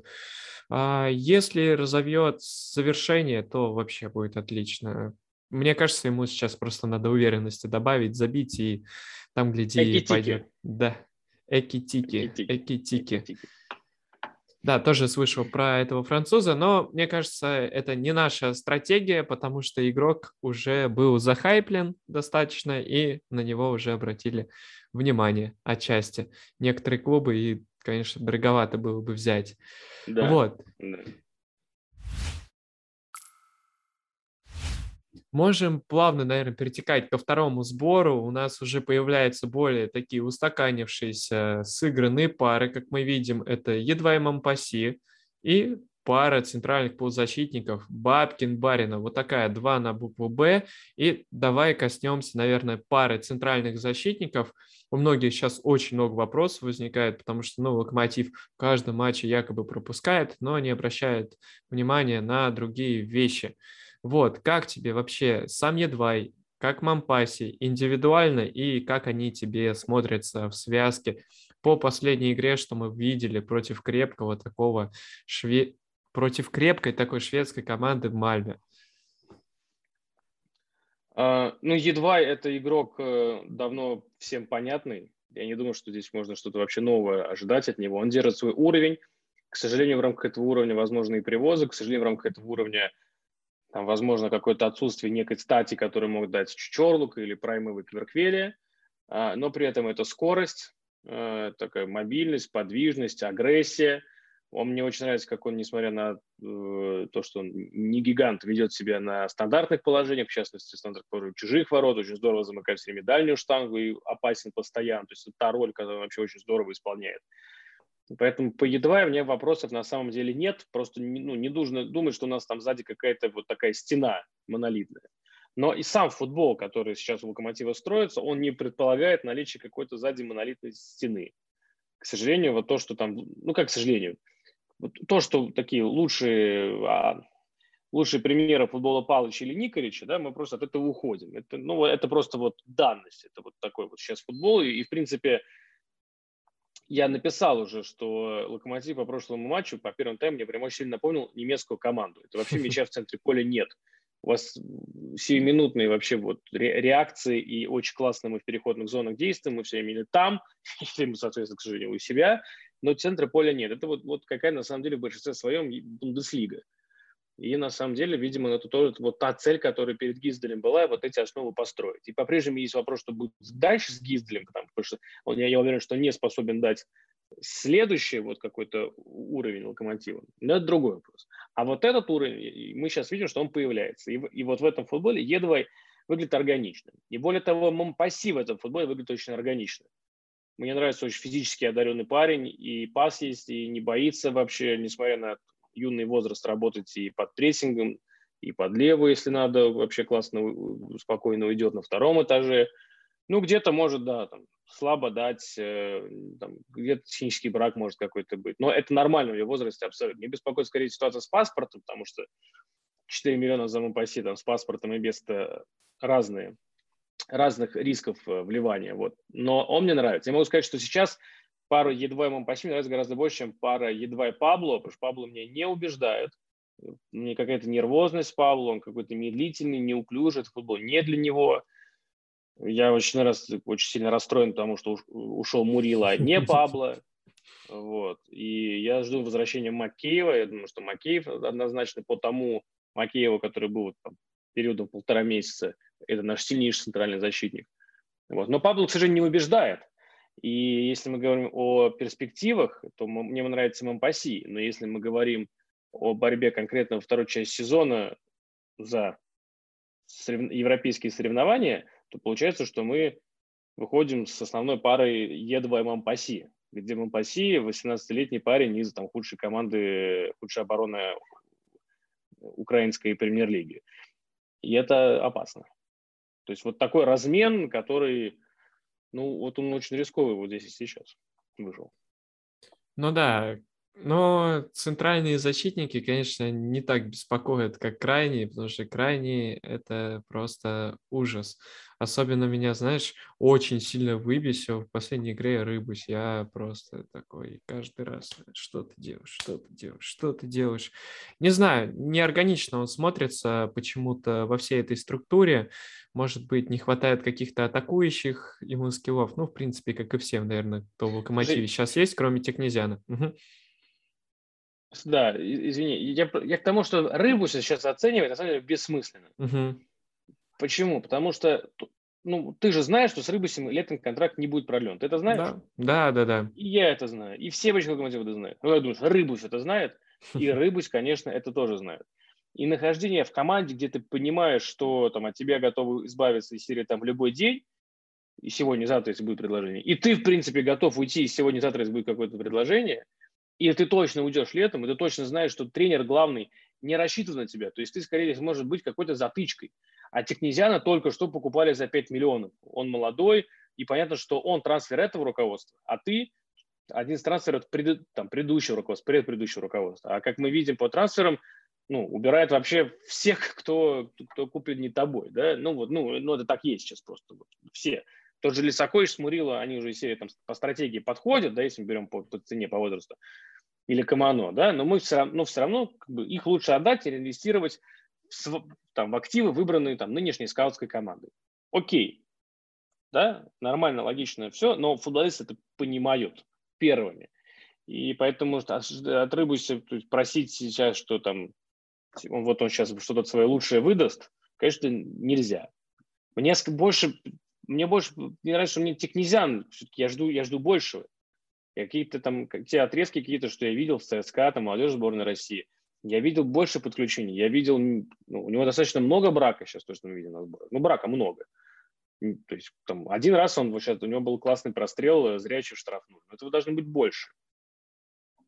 если разовьет завершение, то вообще будет отлично. Мне кажется, ему сейчас просто надо уверенности добавить, забить, и там, гляди, Экитики. пойдет. Да, эки-тики, Экитики. эки-тики. Экитики. Да, тоже слышал про этого француза, но мне кажется, это не наша стратегия, потому что игрок уже был захайплен достаточно, и на него уже обратили внимание отчасти. Некоторые клубы, и, конечно, дороговато было бы взять. Да, Вот. да. Можем плавно, наверное, перетекать ко второму сбору. У нас уже появляются более такие устаканившиеся сыгранные пары. Как мы видим, это едва и Момпаси и пара центральных полузащитников Бабкин-Барина. Вот такая, два на букву «Б». И давай коснемся, наверное, пары центральных защитников. У многих сейчас очень много вопросов возникает, потому что, ну, Локомотив в каждом матче якобы пропускает, но не обращает внимания на другие вещи. Вот, как тебе вообще сам Едвай, как Мампаси, индивидуально и как они тебе смотрятся в связке по последней игре, что мы видели против крепкого такого против крепкой такой шведской команды в Мальме? Ну, Едвай – это игрок давно всем понятный. Я не думаю, что здесь можно что-то вообще новое ожидать от него. Он держит свой уровень. К сожалению, в рамках этого уровня возможны и привозы. К сожалению, в рамках этого уровня там, возможно, какое-то отсутствие некой стати, которую могут дать Чорлук или праймовый Кверквелия. Но при этом это скорость, такая мобильность, подвижность, агрессия. Мне очень нравится, как он, несмотря на то, что он не гигант, ведет себя на стандартных положениях, в частности, стандартных положениях чужих ворот, очень здорово замыкает все время дальнюю штангу и опасен постоянно. То есть это та роль, которую он вообще очень здорово исполняет. Поэтому по Е2 у меня вопросов на самом деле нет. Просто не нужно думать, что у нас там сзади какая-то вот такая стена монолитная. Но и сам футбол, который сейчас у «Локомотива» строится, он не предполагает наличие какой-то сзади монолитной стены. К сожалению, вот то, что там, ну как к сожалению, вот то, что такие лучшие примеры футбола Палыча или Николича, да, мы просто от этого уходим. Это, ну, это просто вот данность, это вот такой вот сейчас футбол. И в принципе, я написал уже, что «Локомотив» по прошлому матчу, по первому тайму, мне прям очень сильно напомнил немецкую команду. Это вообще мяча в центре поля нет. У вас сиюминутные вообще вот реакции, и очень классно мы в переходных зонах действуем, мы все время там, или, соответственно, к сожалению, у себя, но центра поля нет. Это вот какая на самом деле в большинстве своем Бундеслига. И на самом деле, видимо, это тоже вот та цель, которая перед Гизделем была, вот эти основы построить. И по-прежнему есть вопрос, что будет дальше с Гизделем, потому что я уверен, что не способен дать следующий вот какой-то уровень Локомотива. Но это другой вопрос. А вот этот уровень, мы сейчас видим, что он появляется. И вот в этом футболе Е2 выглядит органично. И более того, Момпаси в этом футболе выглядит очень органично. Мне нравится очень физически одаренный парень, и пас есть, и не боится вообще, несмотря на юный возраст, работать и под прессингом, и под левую, если надо, вообще классно, спокойно уйдет на втором этаже. Ну, где-то может, да, там, слабо дать, там, где-то технический брак может какой-то быть. Но это нормально в его возрасте абсолютно. Не беспокоит скорее ситуация с паспортом, потому что 4 миллиона за Мопаси там с паспортом и без разных рисков вливания. Вот. Но он мне нравится. Я могу сказать, что сейчас пара Е2 и Момпаси мне нравится гораздо больше, чем пара Е2 и Пабло, потому что Пабло меня не убеждает. Мне какая-то нервозность Пабло, он какой-то медлительный, неуклюжий, это футбол не для него. Я очень сильно расстроен, потому что ушел Мурила, а не Пабло. Вот. И я жду возвращения Макеева. Я думаю, что Макеев однозначно по тому Макееву, который был там, периодом 1,5 месяца, это наш сильнейший центральный защитник. Вот. Но Пабло, к сожалению, не убеждает. И если мы говорим о перспективах, то мне нравится Момпаси. Но если мы говорим о борьбе конкретно во второй части сезона за европейские соревнования, то получается, что мы выходим с основной парой Е2 и Момпаси, где Момпаси 18-летний парень из там, худшей команды, худшей обороны украинской премьер-лиги. И это опасно. То есть вот такой размен, который, ну, вот он очень рисковый вот здесь и сейчас вышел. Ну да, но центральные защитники, конечно, не так беспокоят, как крайние, потому что крайние – это просто ужас. Особенно меня, знаешь, очень сильно выбесил в последней игре Рыбус. Я просто такой каждый раз, что ты делаешь, что ты делаешь, что ты делаешь. Не знаю, неорганично он смотрится почему-то во всей этой структуре. Может быть, не хватает каких-то атакующих ему скиллов. Ну, в принципе, как и всем, наверное, кто в «Локомотиве» сейчас есть, кроме Технезяна. Мгм. Да, извини, я к тому, что Рыбуса сейчас оценивать, на самом деле, бессмысленно. Мгм. Почему? Потому что, ну, ты же знаешь, что с Рыбусем летом контракт не будет продлен. Ты это знаешь? Да, да, да, да. И я это знаю. И все болельщики Локомотива это знают. Ну, я думаю, что Рыбус это знает, и Рыбус, конечно, это тоже знает. И нахождение в команде, где ты понимаешь, что там от тебя готовы избавиться из серии там в любой день, и сегодня-завтра, если будет предложение, и ты, в принципе, готов уйти и сегодня-завтра, если будет какое-то предложение, и ты точно уйдешь летом, и ты точно знаешь, что тренер главный не рассчитывает на тебя, то есть ты, скорее, сможешь быть какой-то затычкой. А Технезяна только что покупали за 5 миллионов. Он молодой, и понятно, что он трансфер этого руководства, а ты один из трансферов предыдущего руководства, предыдущего руководства. А как мы видим по трансферам, ну, убирает вообще всех, кто куплен не тобой, да, ну, это так есть сейчас просто, вот, все. Тот же Лисакович с Мурило, они уже из серии там по стратегии подходят, да, если мы берем по цене, по возрасту, или Камано, да, но мы все равно как бы, их лучше отдать и инвестировать в активы, выбранные там нынешней скаутской командой. Окей, да, нормально, логично все, но футболисты это понимают первыми. И поэтому от Рыбуса просить сейчас, что там он сейчас что-то свое лучшее выдаст, конечно, нельзя. Мне больше, мне нравится, что мне Технезян, я жду большего. Какие-то там те отрезки какие-то, что я видел в ЦСКА, там молодежь сборной России, я видел больше подключений, я видел, ну, у него достаточно много брака сейчас, то, что мы видим на сборах. Ну, брака много. То есть там один раз у него был классный прострел, зрячий в штрафную. Но этого должно быть больше.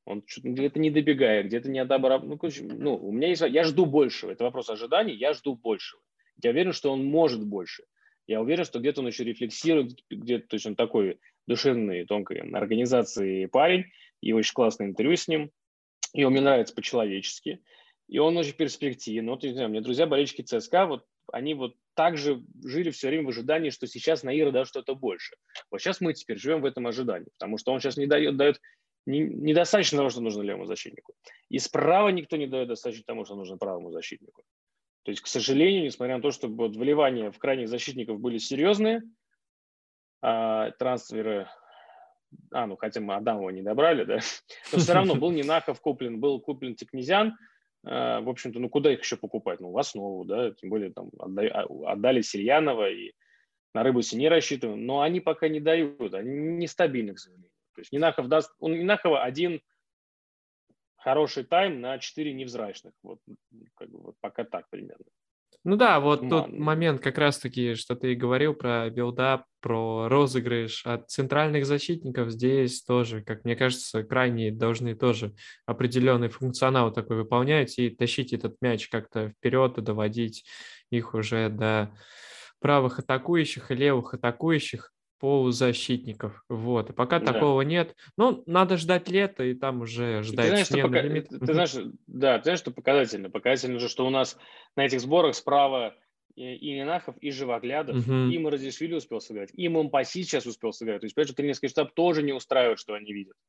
Он где-то не добегает, где-то не отобрал. У меня есть, я жду большего. Это вопрос ожиданий, я жду большего. Я уверен, что он может больше. Я уверен, что где-то он еще рефлексирует, где-то, то есть он такой душевный, тонкой организации парень, и очень классное интервью с ним, и он мне нравится по-человечески, и он очень перспективный. Вот, не знаю, у меня друзья, болельщики ЦСКА, вот они вот также жили все время в ожидании, что сейчас Наира даст что-то больше. Вот сейчас мы теперь живем в этом ожидании, потому что он сейчас не дает недостаточно того, что нужно левому защитнику. И справа никто не дает достаточно того, что нужно правому защитнику. То есть, к сожалению, несмотря на то, что вот вливания в крайних защитников были серьезные, трансферы, хотя мы Адамова не добрали, да, но все равно был Нинахов куплен, был куплен Тикнезян, в общем-то, куда их еще покупать? В основу, да, тем более там отдали Сильянова и на Рыбусе не рассчитываем, но они пока не дают, они нестабильны, к сожалению. То есть Нинахов даст, у Нинахова один хороший тайм на 4 невзрачных, вот пока так примерно. Ну да, вот тот момент как раз-таки, что ты и говорил про билдап, про розыгрыш от центральных защитников, здесь тоже, как мне кажется, крайние должны тоже определенный функционал такой выполнять и тащить этот мяч как-то вперед и доводить их уже до правых атакующих и левых атакующих полузащитников. Вот. И пока такого нет. Ну, надо ждать лета, и там уже ждать смены лимит. Ты знаешь, что показательно? Показательно же, что у нас на этих сборах справа и Нинахов, и Живоглядов, и Маразишвили успел сыграть, и Момпаси сейчас успел сыграть. То есть, понимаешь, тренерский штаб тоже не устраивает, что они видят.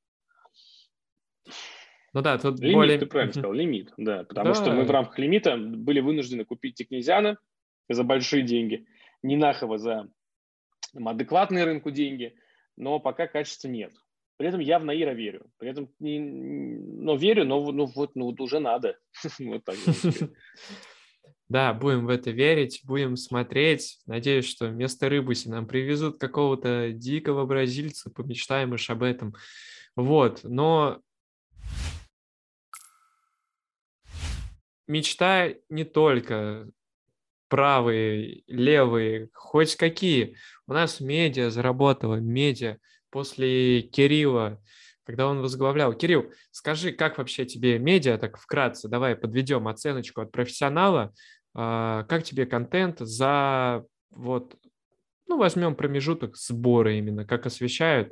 Ну да, тут лимит, более... ты правильно сказал, лимит, да. Потому что мы в рамках лимита были вынуждены купить Тикнезяна за большие деньги, Нинахова за адекватные рынку деньги, но пока качества нет. При этом я в Наира верю. При этом верю, но уже надо. Вот так. Да, будем в это верить, будем смотреть. Надеюсь, что вместо Рыбуси нам привезут какого-то дикого бразильца, помечтаем уж об этом. Вот, но мечта не только правые, левые, хоть какие. У нас медиа заработала, медиа после Кирилла, когда он возглавлял. Кирилл, скажи, как вообще тебе медиа, так вкратце, давай подведем оценочку от профессионала. Как тебе контент за, возьмем промежуток сбора именно, как освещают?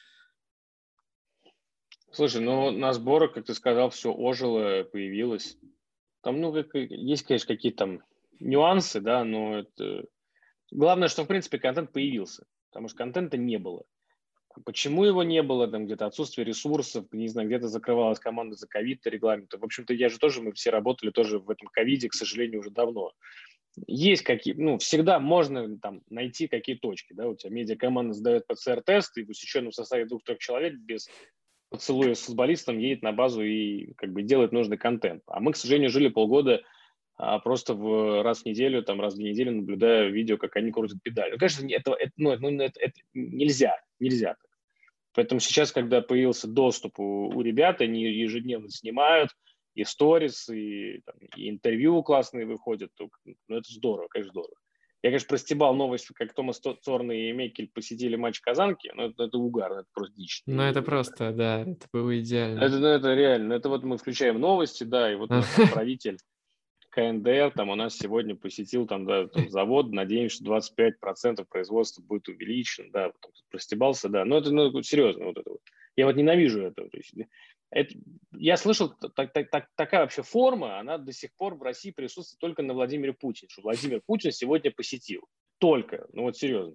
Слушай, на сборах, как ты сказал, все ожило, появилось. Там, есть, конечно, какие-то там нюансы, да, но это... Главное, что, в принципе, контент появился, потому что контента не было. Почему его не было, там где-то отсутствие ресурсов, не знаю, где-то закрывалась команда за ковид регламента. В общем-то, мы все работали тоже в этом ковиде, к сожалению, уже давно. Есть всегда можно там найти какие точки, да, у тебя медиакоманда сдает ПЦР-тест, и в усеченном составе 2-3 человек без поцелуя с футболистом едет на базу и делает нужный контент. А мы, к сожалению, жили полгода просто раз в неделю, раз в 2 недели, наблюдая видео, как они крутят педаль. Конечно, это нельзя. Поэтому сейчас, когда появился доступ у ребят, они ежедневно снимают и сторис, и интервью классные выходят. Это здорово, конечно, здорово. Я, конечно, простебал новость, как Томас Цорный и Меккель посетили матч Казанки, но это угар, это просто дичь. Это просто, да, это было идеально. Это реально. Это мы включаем новости, да, и вот наш отправитель КНДР, у нас сегодня посетил завод, надеемся, что 25% производства будет увеличено, да, потом простебался, да, но это серьезно, вот это вот. Я ненавижу это. То есть, я слышал, такая вообще форма, она до сих пор в России присутствует только на Владимире Путине, что Владимир Путин сегодня посетил. Только, серьезно.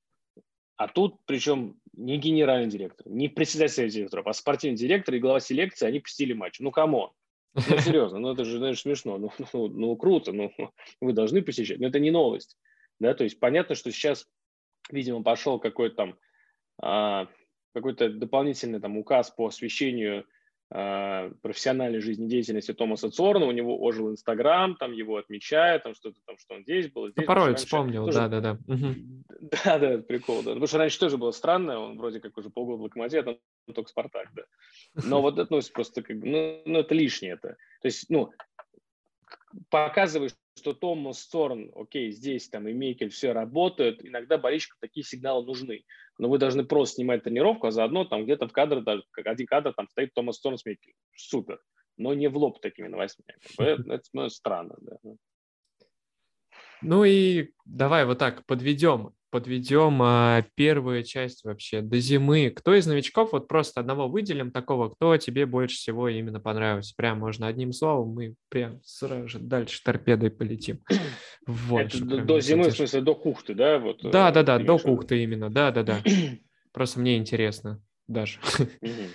А тут, причем, не генеральный директор, не председатель директоров, а спортивный директор и глава селекции, они посетили матч. Камон. Серьезно, это же, смешно. Круто, вы должны посещать. Но это не новость. Да? То есть понятно, что сейчас, видимо, пошел какой-то дополнительный указ по освещению профессиональной жизнедеятельности Томаса Цорна. У него ожил Инстаграм, его отмечают, что-то что он здесь был. Здесь пароль вспомнил, тоже... да. Да, прикол, да. Потому что раньше тоже было странно, он вроде как уже полгода в Локомотиве, а там только Спартак, да. Но это просто это лишнее. То есть, показываешь, что Томас Сторн, окей, здесь там и Мейкель все работают, иногда болельщикам такие сигналы нужны. Но вы должны просто снимать тренировку, а заодно там где-то в кадре, даже как один кадр, там стоит Томас Сторн с Мейкелем. Супер. Но не в лоб такими новостями. Это странно, да. Ну и давай вот так подведем первую часть вообще до зимы. Кто из новичков, вот просто одного выделим такого, кто тебе больше всего именно понравился? Прям можно одним словом, мы прям сразу же дальше торпедой полетим. Вот, Это что прям до не зимы, в задержим. смысле, до Кухты, да? Вот, Да, ты до имеешь в виду? Кухты именно, да. Просто мне интересно даже. Мгм.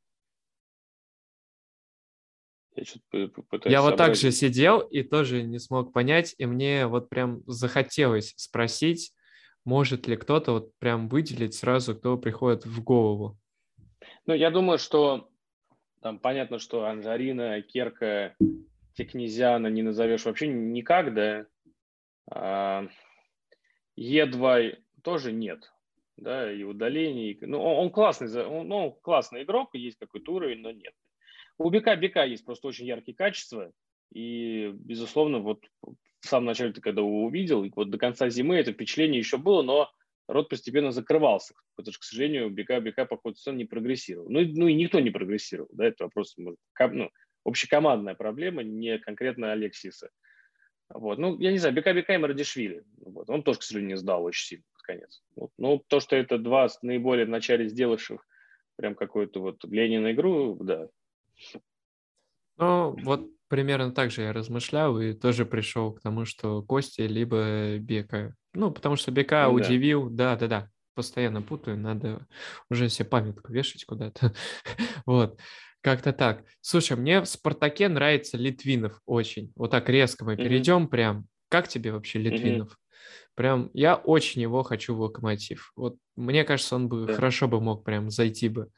Я что-то Я пытаюсь вот так же сообразить. сидел и тоже не смог понять, и мне вот прям захотелось спросить, может ли кто-то вот прям выделить сразу, кто приходит в голову. Ну, я думаю, что там понятно, что Анжарина, Керка, Текнезиана не назовешь вообще никак, да. А, Едвай тоже нет, да, и удалений. Ну, он классный, он классный игрок, есть какой-то уровень, но нет. У Бека есть просто очень яркие качества, и, безусловно, вот в самом начале ты когда его увидел, и вот до конца зимы это впечатление еще было, но рот постепенно закрывался, потому что, к сожалению, Бека по ходу сезона не прогрессировал. Ну и никто не прогрессировал, да, это вопрос, ну, общекомандная проблема, не конкретно Алексиса. Вот. Ну, я не знаю, Бека и Марадишвили. Вот. Он тоже, к сожалению, не сдал очень сильно под конец. Вот. Ну, то, что это два наиболее в начале сделавших прям какое-то вот влияние на игру, да. Ну, вот примерно так же я размышлял и тоже пришел к тому, что Костя либо Бека. Ну, потому что Бека Да. удивил, да, постоянно путаю, надо уже себе памятку вешать куда-то. Вот, как-то так. Слушай, мне в «Спартаке» нравится Литвинов очень. Вот так резко мы Мгм. перейдем прям. Как тебе вообще Мгм. Литвинов? Прям я очень его хочу в «Локомотив». Вот мне кажется, он бы Да. хорошо бы мог прям зайти бы.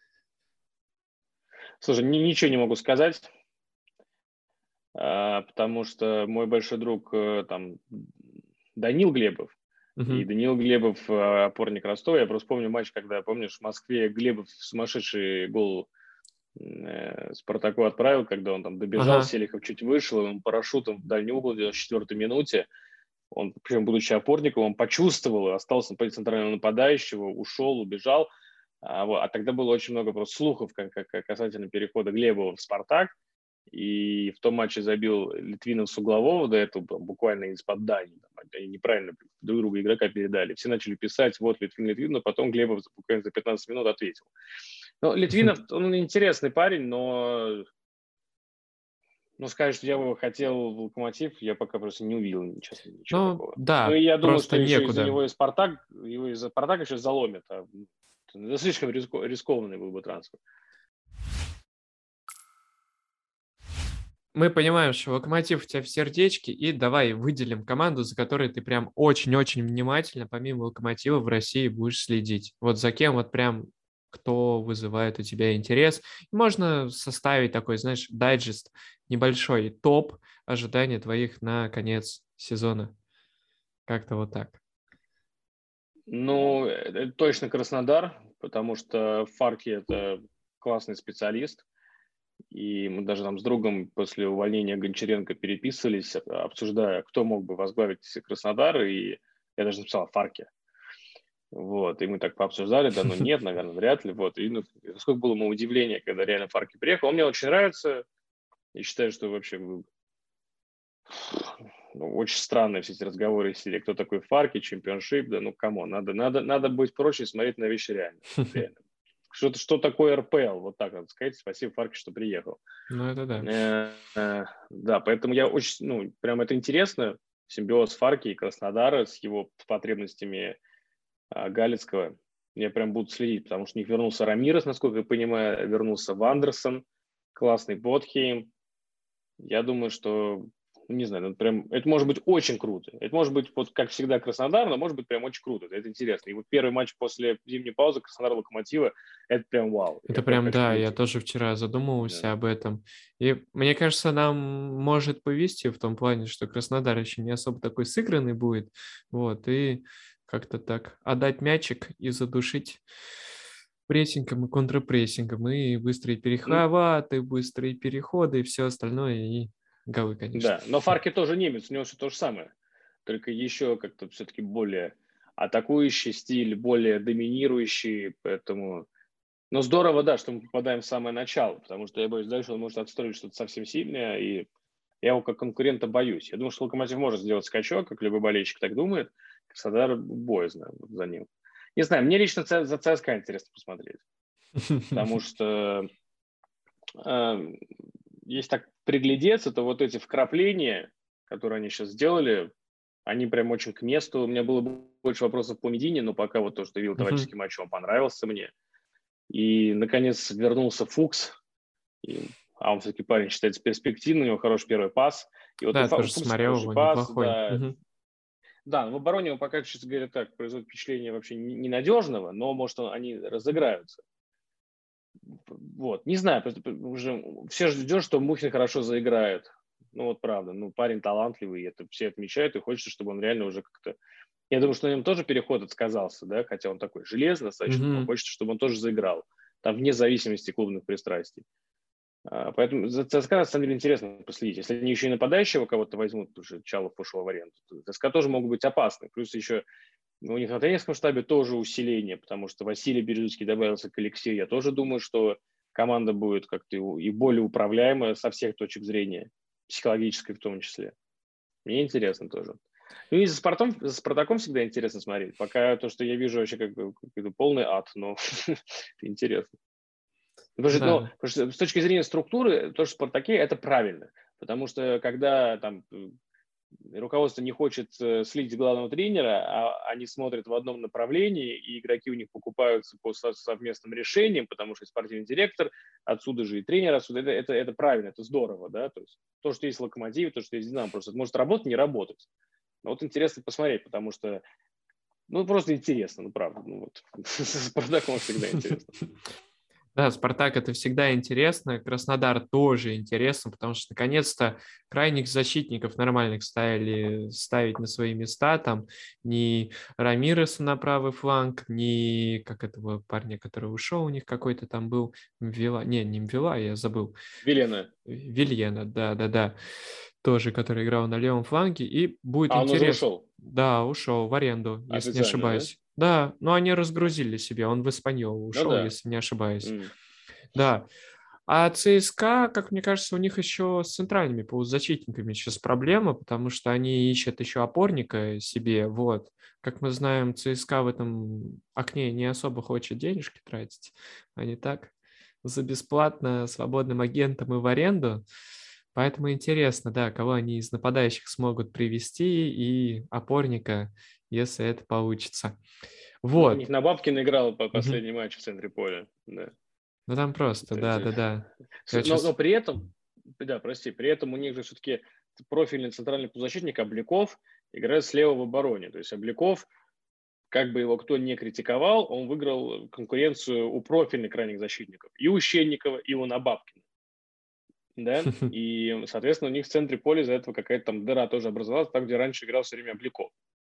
Слушай, ничего не могу сказать, потому что мой большой друг там Данил Глебов, и Мгм. Даниил Глебов опорник Ростова. Я просто помню матч, когда, помнишь, в Москве Глебов сумасшедший гол Спартаку отправил, когда он там добежал, Ага. Селихов чуть вышел, и он парашютом в дальний угол делал в 4-й минуте. Он, причем будучи опорником, он почувствовал, остался на позиции центрального нападающего, ушел, убежал. А тогда было очень много просто слухов касательно перехода Глебова в «Спартак». И в том матче забил Литвинов с углового, до этого буквально из-под дани. Они неправильно друг друга игрока передали. Все начали писать, вот Литвин, но потом Глебов буквально за 15 минут ответил. Ну, Литвинов, он интересный парень, но сказать, что я бы хотел в «Локомотив», я пока просто не увидел, честно, ничего Ну, такого. Ну, и да, я думаю, просто что еще из-за некуда. него его из-за «Спартака» еще заломят. Это слишком рискованный был бы трансфер. Мы понимаем, что «Локомотив» у тебя в сердечке, и давай выделим команду, за которой ты прям очень-очень внимательно, помимо «Локомотива», в России будешь следить. Вот за кем вот прям кто вызывает у тебя интерес. Можно составить такой, знаешь, дайджест, небольшой топ ожиданий твоих на конец сезона. Как-то вот так. Ну, это точно Краснодар, потому что Фарки – это классный специалист. И мы даже там с другом после увольнения Гончаренко переписывались, обсуждая, кто мог бы возглавить Краснодар. И я даже написал Фарки. Вот, и мы так пообсуждали, да, ну нет, наверное, вряд ли. Вот, и сколько было ему удивления, когда реально Фарки приехал. Он мне очень нравится. Я считаю, что вообще очень странные все эти разговоры в стиле, кто такой Фарки, чемпионшип, да, ну, камон, надо быть проще и смотреть на вещи реально. Реально. Что такое РПЛ, вот так надо сказать. Спасибо, Фарки, что приехал. Ну, это да. Да, поэтому я очень, прям это интересно, симбиоз Фарки и Краснодара с его потребностями Галицкого. Я прям буду следить, потому что у них вернулся Рамирес, насколько я понимаю, вернулся Вандерсон, классный Ботхейм. Я думаю, что, не знаю, это может быть очень круто. Это может быть, вот, как всегда, Краснодар, но может быть прям очень круто. Это интересно. И вот первый матч после зимней паузы Краснодар-Локомотива, это прям вау. Это Я прям прям, хочу да, я полететь. тоже вчера Да. задумывался об этом. И мне кажется, нам может повезти в том плане, что Краснодар еще не особо такой сыгранный будет. Вот, и как-то так отдать мячик и задушить прессингом и контрпрессингом, и быстрые Ну, перехваты, быстрые переходы, и все остальное, и голы, конечно. Да, но Фарки тоже немец, у него все то же самое, только еще как-то все-таки более атакующий стиль, более доминирующий, поэтому... Но здорово, да, что мы попадаем в самое начало, потому что я боюсь, дальше он может отстроить что-то совсем сильное, и я его как конкурента боюсь. Я думаю, что Локомотив может сделать скачок, как любой болельщик так думает. Краснодар боязно за ним. Не знаю, мне лично за ЦСКА интересно посмотреть, потому что если так приглядеться, то вот эти вкрапления, которые они сейчас сделали, они прям очень к месту. У меня было больше вопросов по Медине, но пока вот то, что видел товарищеский матч, он понравился мне. И, наконец, вернулся Фукс. А он все-таки парень считается перспективным, у него хороший первый пас. И вот Да, у я тоже Фукса смотрел хороший его, пас, неплохой. да. Да, в обороне он пока, честно говоря, так, производит впечатление вообще ненадежного, но, может, они разыграются. Вот, не знаю, уже все ждет, что Мухин хорошо заиграет. Ну вот правда, ну парень талантливый, это все отмечают, и хочется, чтобы он реально уже как-то... Я думаю, что на нем тоже переход отсказался, да, хотя он такой железный достаточно, но хочется, чтобы он тоже заиграл, там вне зависимости клубных пристрастий. Поэтому за ЦСКА, на самом деле, интересно последить. Если они еще и нападающего кого-то возьмут, потому что Чалов ушел в аренду, то ЦСКА тоже могут быть опасны. Плюс еще у них на тренерском штабе тоже усиление, потому что Василий Березуцкий добавился к Алексею. Я тоже думаю, что команда будет как-то и более управляемая со всех точек зрения, психологической в том числе. Мне интересно тоже. Ну и за Спартаком всегда интересно смотреть. Пока то, что я вижу, вообще как бы полный ад, но это интересно. Потому что с точки зрения структуры, то, что в «Спартаке», это правильно. Потому что когда там руководство не хочет слить главного тренера, а они смотрят в одном направлении, и игроки у них покупаются по совместным решениям, потому что спортивный директор, отсюда же и тренер, отсюда это правильно, это здорово, да, то есть то, что есть Локомотив, то, что есть Динамо, просто это может работать, не работать. Но вот интересно посмотреть, потому что, ну, просто интересно, ну, правда, ну, вот, с Спартаком всегда интересно. Да, «Спартак» — это всегда интересно, Краснодар тоже интересно, потому что, наконец-то, крайних защитников нормальных стали ставить на свои места, там ни Рамиреса на правый фланг, ни, как этого парня, который ушел, у них какой-то там был, не Мвила, я забыл. Вильена, да, тоже, который играл на левом фланге, и будет он интересно. уже ушел? Да, ушел в аренду, если не ошибаюсь. Да, но они разгрузили себе, он в Эспаньол ушел, если не ошибаюсь. Да. А ЦСКА, как мне кажется, у них еще с центральными полузащитниками сейчас проблема, потому что они ищут еще опорника себе. Вот. Как мы знаем, ЦСКА в этом окне не особо хочет денежки тратить. Они так за бесплатно свободным агентом и в аренду. Поэтому интересно, да, кого они из нападающих смогут привести и опорника, если это получится. Вот. У них на Бабкина играл по последний матч в центре поля. Да. Ну там просто, да. Но при этом, при этом у них же все-таки профильный центральный полузащитник Обликов играет слева в обороне. То есть Обликов, как бы его кто не критиковал, он выиграл конкуренцию у профильных крайних защитников. И у Щенникова, и у Набабкина. Да? И, соответственно, у них в центре поля из-за этого какая-то там дыра тоже образовалась, там, где раньше играл все время Обликов.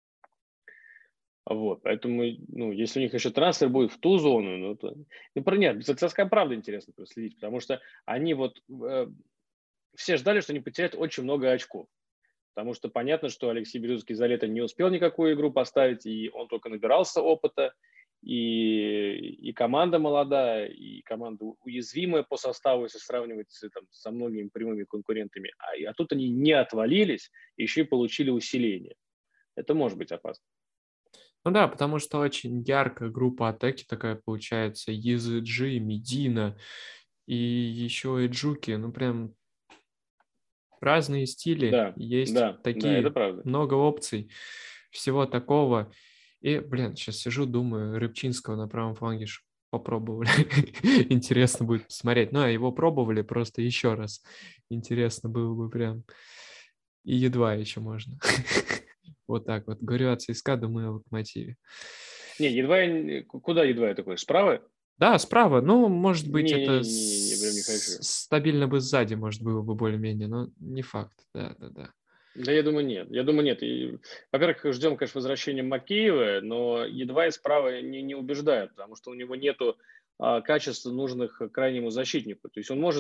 Вот, поэтому, ну, если у них еще трансфер будет в ту зону, ну, то... Нет, за ЦСКА правда интересно проследить, потому что они вот... все ждали, что они потеряют очень много очков. Потому что понятно, что Алексей Березуцкий за лето не успел никакую игру поставить, и он только набирался опыта, и команда молодая, и команда уязвимая по составу, если сравнивать со многими прямыми конкурентами. А тут они не отвалились, еще и получили усиление. Это может быть опасно. Ну да, потому что очень яркая группа атаки такая получается. EZG, Медина и еще и Джуки. Ну прям разные стили. Да, есть такие, это правда. много опций, всего такого. И, сейчас сижу, думаю, Рыбчинского на правом фланге попробовали. Интересно будет посмотреть. Ну, а его пробовали просто еще раз. Интересно было бы прям. И едва еще можно. Вот так вот. Говорю о ЦСКА, думаю о Локомотиве. Не, куда едва я такой? Справа? Да, справа. Ну, может быть, прям это не хочу. стабильно бы сзади, может, было бы более-менее, но не факт. Да. Да, я думаю, нет. И, во-первых, ждем, конечно, возвращения Макеева, но едва и справа не убеждают, потому что у него нету качеств, нужных крайнему защитнику. То есть он может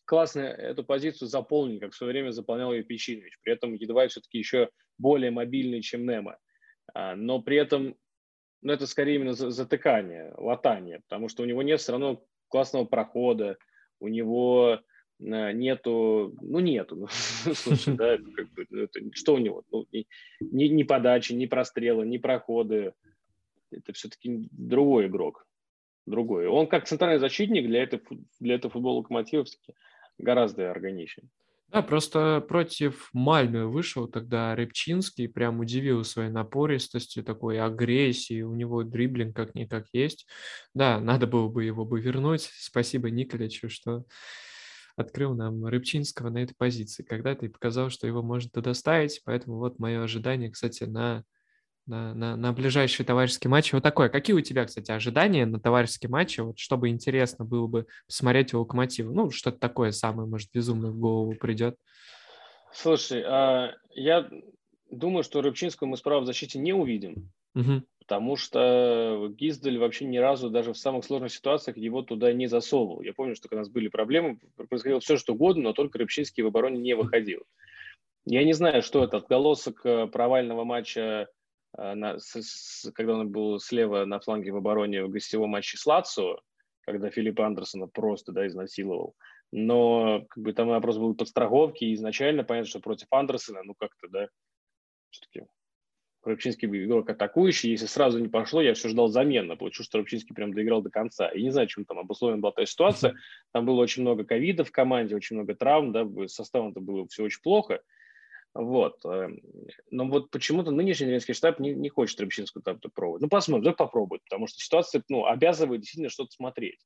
классно эту позицию заполнить, как в свое время заполнял ее Печинович. При этом Едвай все-таки еще более мобильный, чем Нема. Но при этом, ну, это скорее именно затыкание, латание, потому что у него нет все равно классного прохода, у него нету, ну, слушай, да, как бы, что у него? Ну, ни подачи, ни прострелы, ни проходы. Это все-таки другой игрок, другой. Он как центральный защитник для этого футбола Локомотива все-таки гораздо органичнее. Да, просто против Мальмö вышел тогда Рыбчинский, прям удивил своей напористостью, такой агрессией, у него дриблинг как-никак есть. Да, надо было бы его бы вернуть. Спасибо Николичу, что открыл нам Рыбчинского на этой позиции когда-то и показал, что его можно туда ставить. Поэтому вот мое ожидание, кстати, на ближайшие товарищеские матчи вот такое. Какие у тебя, кстати, ожидания на товарищеские матчи? Вот чтобы интересно было бы посмотреть у Локомотива. Ну, что-то такое самое, может, безумное в голову придет. Слушай, я думаю, что Рыбчинского мы справа в защите не увидим, потому что Гиздель вообще ни разу даже в самых сложных ситуациях его туда не засовывал. Я помню, что когда у нас были проблемы, происходило все, что угодно, но только Рыбчинский в обороне не выходил. Я не знаю, что это, отголосок провального матча, когда он был слева на фланге в обороне в гостевом матче с Лацио, когда Филиппа Андерсона просто изнасиловал. Но как бы там вопрос был подстраховки, и изначально понятно, что против Андерсона, ну как-то, да, все-таки Рыбчинский игрок атакующий, если сразу не пошло, я все ждал замен, получил, что Рыбчинский прям доиграл до конца. И не знаю, чем там обусловлена была та ситуация, там было очень много ковида в команде, очень много травм, да, с составом-то было все очень плохо. Вот. Но вот почему-то нынешний тренерский штаб не хочет Рыбчинского там пробовать. Ну, посмотрим, давай попробует, потому что ситуация, ну, обязывает действительно что-то смотреть.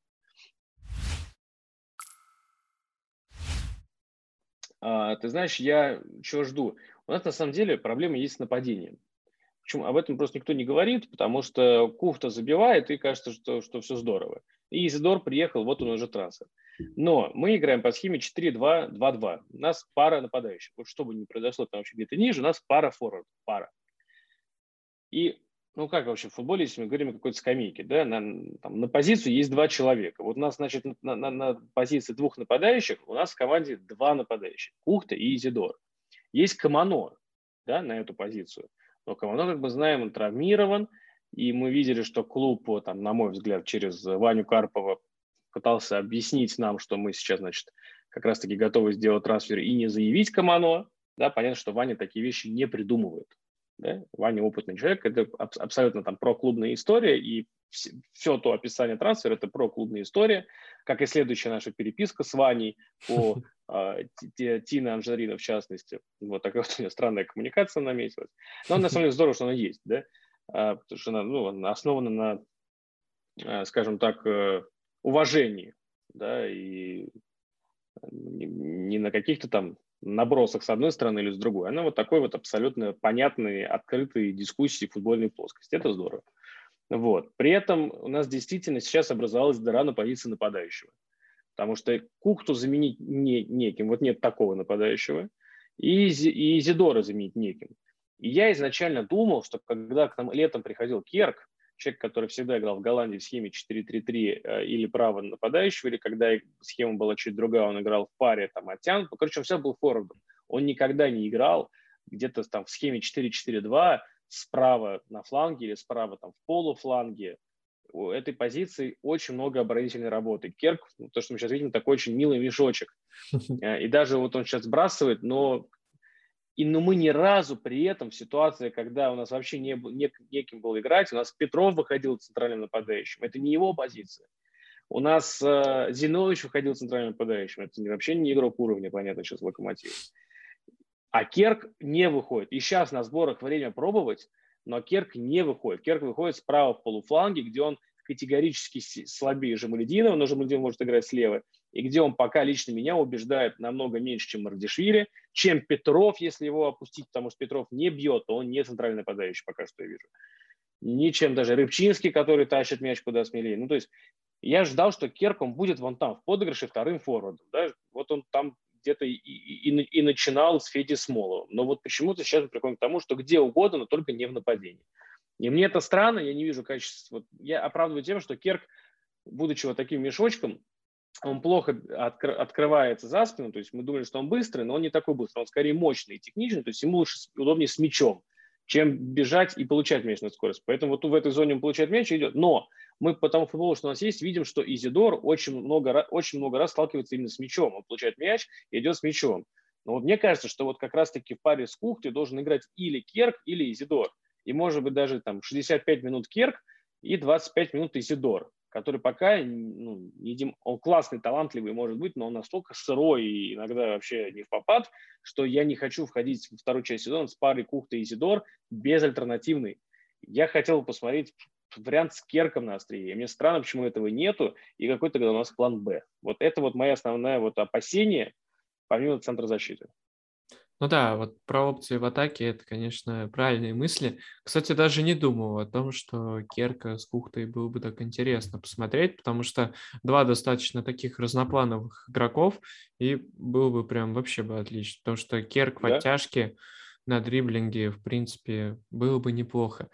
Ты знаешь, я чего жду? У нас на самом деле проблема есть с нападением. Почему? Об этом просто никто не говорит, потому что Куфта забивает, и кажется, что все здорово. И Изидор приехал, вот он уже трансфер. Но мы играем по схеме 4-2-2-2. У нас пара нападающих. Вот что бы ни произошло там вообще где-то ниже, у нас пара форвард, пара. И, ну как вообще в футболе, если мы говорим о какой-то скамейке, да, на позицию есть два человека. Вот у нас, значит, на позиции двух нападающих у нас в команде два нападающих. Кухта и Изидор. Есть Камано, да, на эту позицию. Но Камано, как мы знаем, он травмирован, и мы видели, что клуб, там, на мой взгляд, через Ваню Карпова пытался объяснить нам, что мы сейчас, значит, как раз-таки готовы сделать трансфер и не заявить Камано. Да, понятно, что Ваня такие вещи не придумывает. Да? Ваня опытный человек, это абсолютно там проклубная история, и все то описание трансфера – это проклубная история, как и следующая наша переписка с Ваней по Тины Анжарина, в частности. Вот такая вот у нее странная коммуникация наметилась. Но на самом деле здорово, что она есть, да? Потому что она основана на, скажем так, уважении, да, и не на каких-то там набросах с одной стороны или с другой. Она вот такой вот абсолютно понятной, открытой дискуссии в футбольной плоскости. Это здорово. Вот. При этом у нас действительно сейчас образовалась дыра на позиции нападающего. Потому что Кухту заменить неким, вот нет такого нападающего, и Изидора заменить неким. И я изначально думал, что когда к нам летом приходил Керк, человек, который всегда играл в Голландии в схеме 4-3-3 или право нападающего, или когда схема была чуть другая, он играл в паре, там, оттянут. Короче, он всегда был форвардом. Он никогда не играл где-то там в схеме 4-4-2 справа на фланге или справа там в полуфланге. У этой позиции очень много оборонительной работы. Керк, то, что мы сейчас видим, такой очень милый мешочек. И даже вот он сейчас сбрасывает, но мы ни разу при этом в ситуации, когда у нас вообще неким было играть, у нас Петров выходил центральным нападающим, это не его позиция. У нас Зинович выходил центральным нападающим, это вообще не игрок уровня, понятно, сейчас в Локомотиве. А Керк не выходит. И сейчас на сборах время пробовать, но Керк не выходит. Керк выходит справа в полуфланге, где он категорически слабее Жамалединова, но Жамалединов может играть слева, и где он пока лично меня убеждает намного меньше, чем Мардишвили, чем Петров, если его опустить, потому что Петров не бьет, то он не центральный нападающий, пока что я вижу. Ничем даже Рыбчинский, который тащит мяч куда смелее. Ну, то есть я ждал, что Керк, он будет вон там, в подыгрыше вторым форвардом. Да? Вот он там где-то и начинал с Феди Смоловым. Но вот почему-то сейчас мы приходим к тому, что где угодно, но только не в нападении. И мне это странно, я не вижу качества. Вот я оправдываю тем, что Керк, будучи вот таким мешочком, он плохо открывается за спину, то есть мы думали, что он быстрый, но он не такой быстрый, он скорее мощный и техничный, то есть ему лучше, удобнее с мячом, чем бежать и получать мяч на скорость. Поэтому вот в этой зоне он получает мяч и идет. Но мы по тому футболу, что у нас есть, видим, что Изидор очень много раз сталкивается именно с мячом. Он получает мяч и идет с мячом. Но вот мне кажется, что вот как раз-таки в паре с Кухтой должен играть или Керк, или Изидор. И может быть даже там 65 минут Керк и 25 минут Изидор, который пока, ну, он классный, талантливый, может быть, но он настолько сырой и иногда вообще не в попад, что я не хочу входить во вторую часть сезона с парой Кухта и Изидор безальтернативный. Я хотел посмотреть вариант с Керком на острие. Мне странно, почему этого нету, и какой тогда у нас план Б. Вот это вот моя основная вот опасение, помимо центра защиты. Ну да, вот про опции в атаке это, конечно, правильные мысли. Кстати, даже не думал о том, что Керка с Кухтой было бы так интересно посмотреть, потому что два достаточно таких разноплановых игроков, и было бы прям вообще бы отлично, потому что Керк в Да? оттяжке на дриблинге, в принципе, было бы неплохо.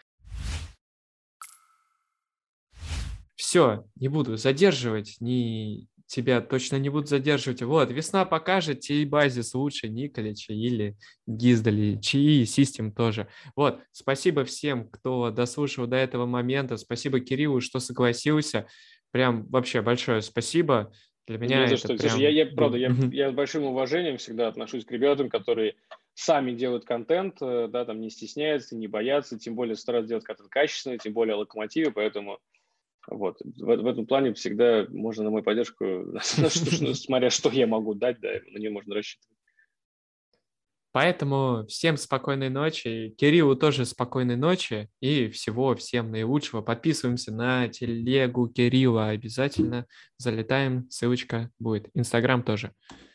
Все, не буду задерживать, тебя точно не буду задерживать. Вот, весна покажет, чей базис лучше, Николича или Гиздали, чьи систем тоже. Вот, спасибо всем, кто дослушал до этого момента. Спасибо Кириллу, что согласился. Прям вообще большое спасибо. Для меня Не за это что. Слушай, прям правда, был... я с большим уважением всегда отношусь к ребятам, которые сами делают контент, да, там не стесняются, не боятся, тем более стараются делать контент качественный, тем более о Локомотиве, поэтому вот в этом плане всегда можно на мою поддержку, смотря что я могу дать, да, на нее можно рассчитывать. Поэтому всем спокойной ночи, Кириллу тоже спокойной ночи и всего всем наилучшего. Подписываемся на телегу Кирилла обязательно, залетаем, ссылочка будет. Инстаграм тоже.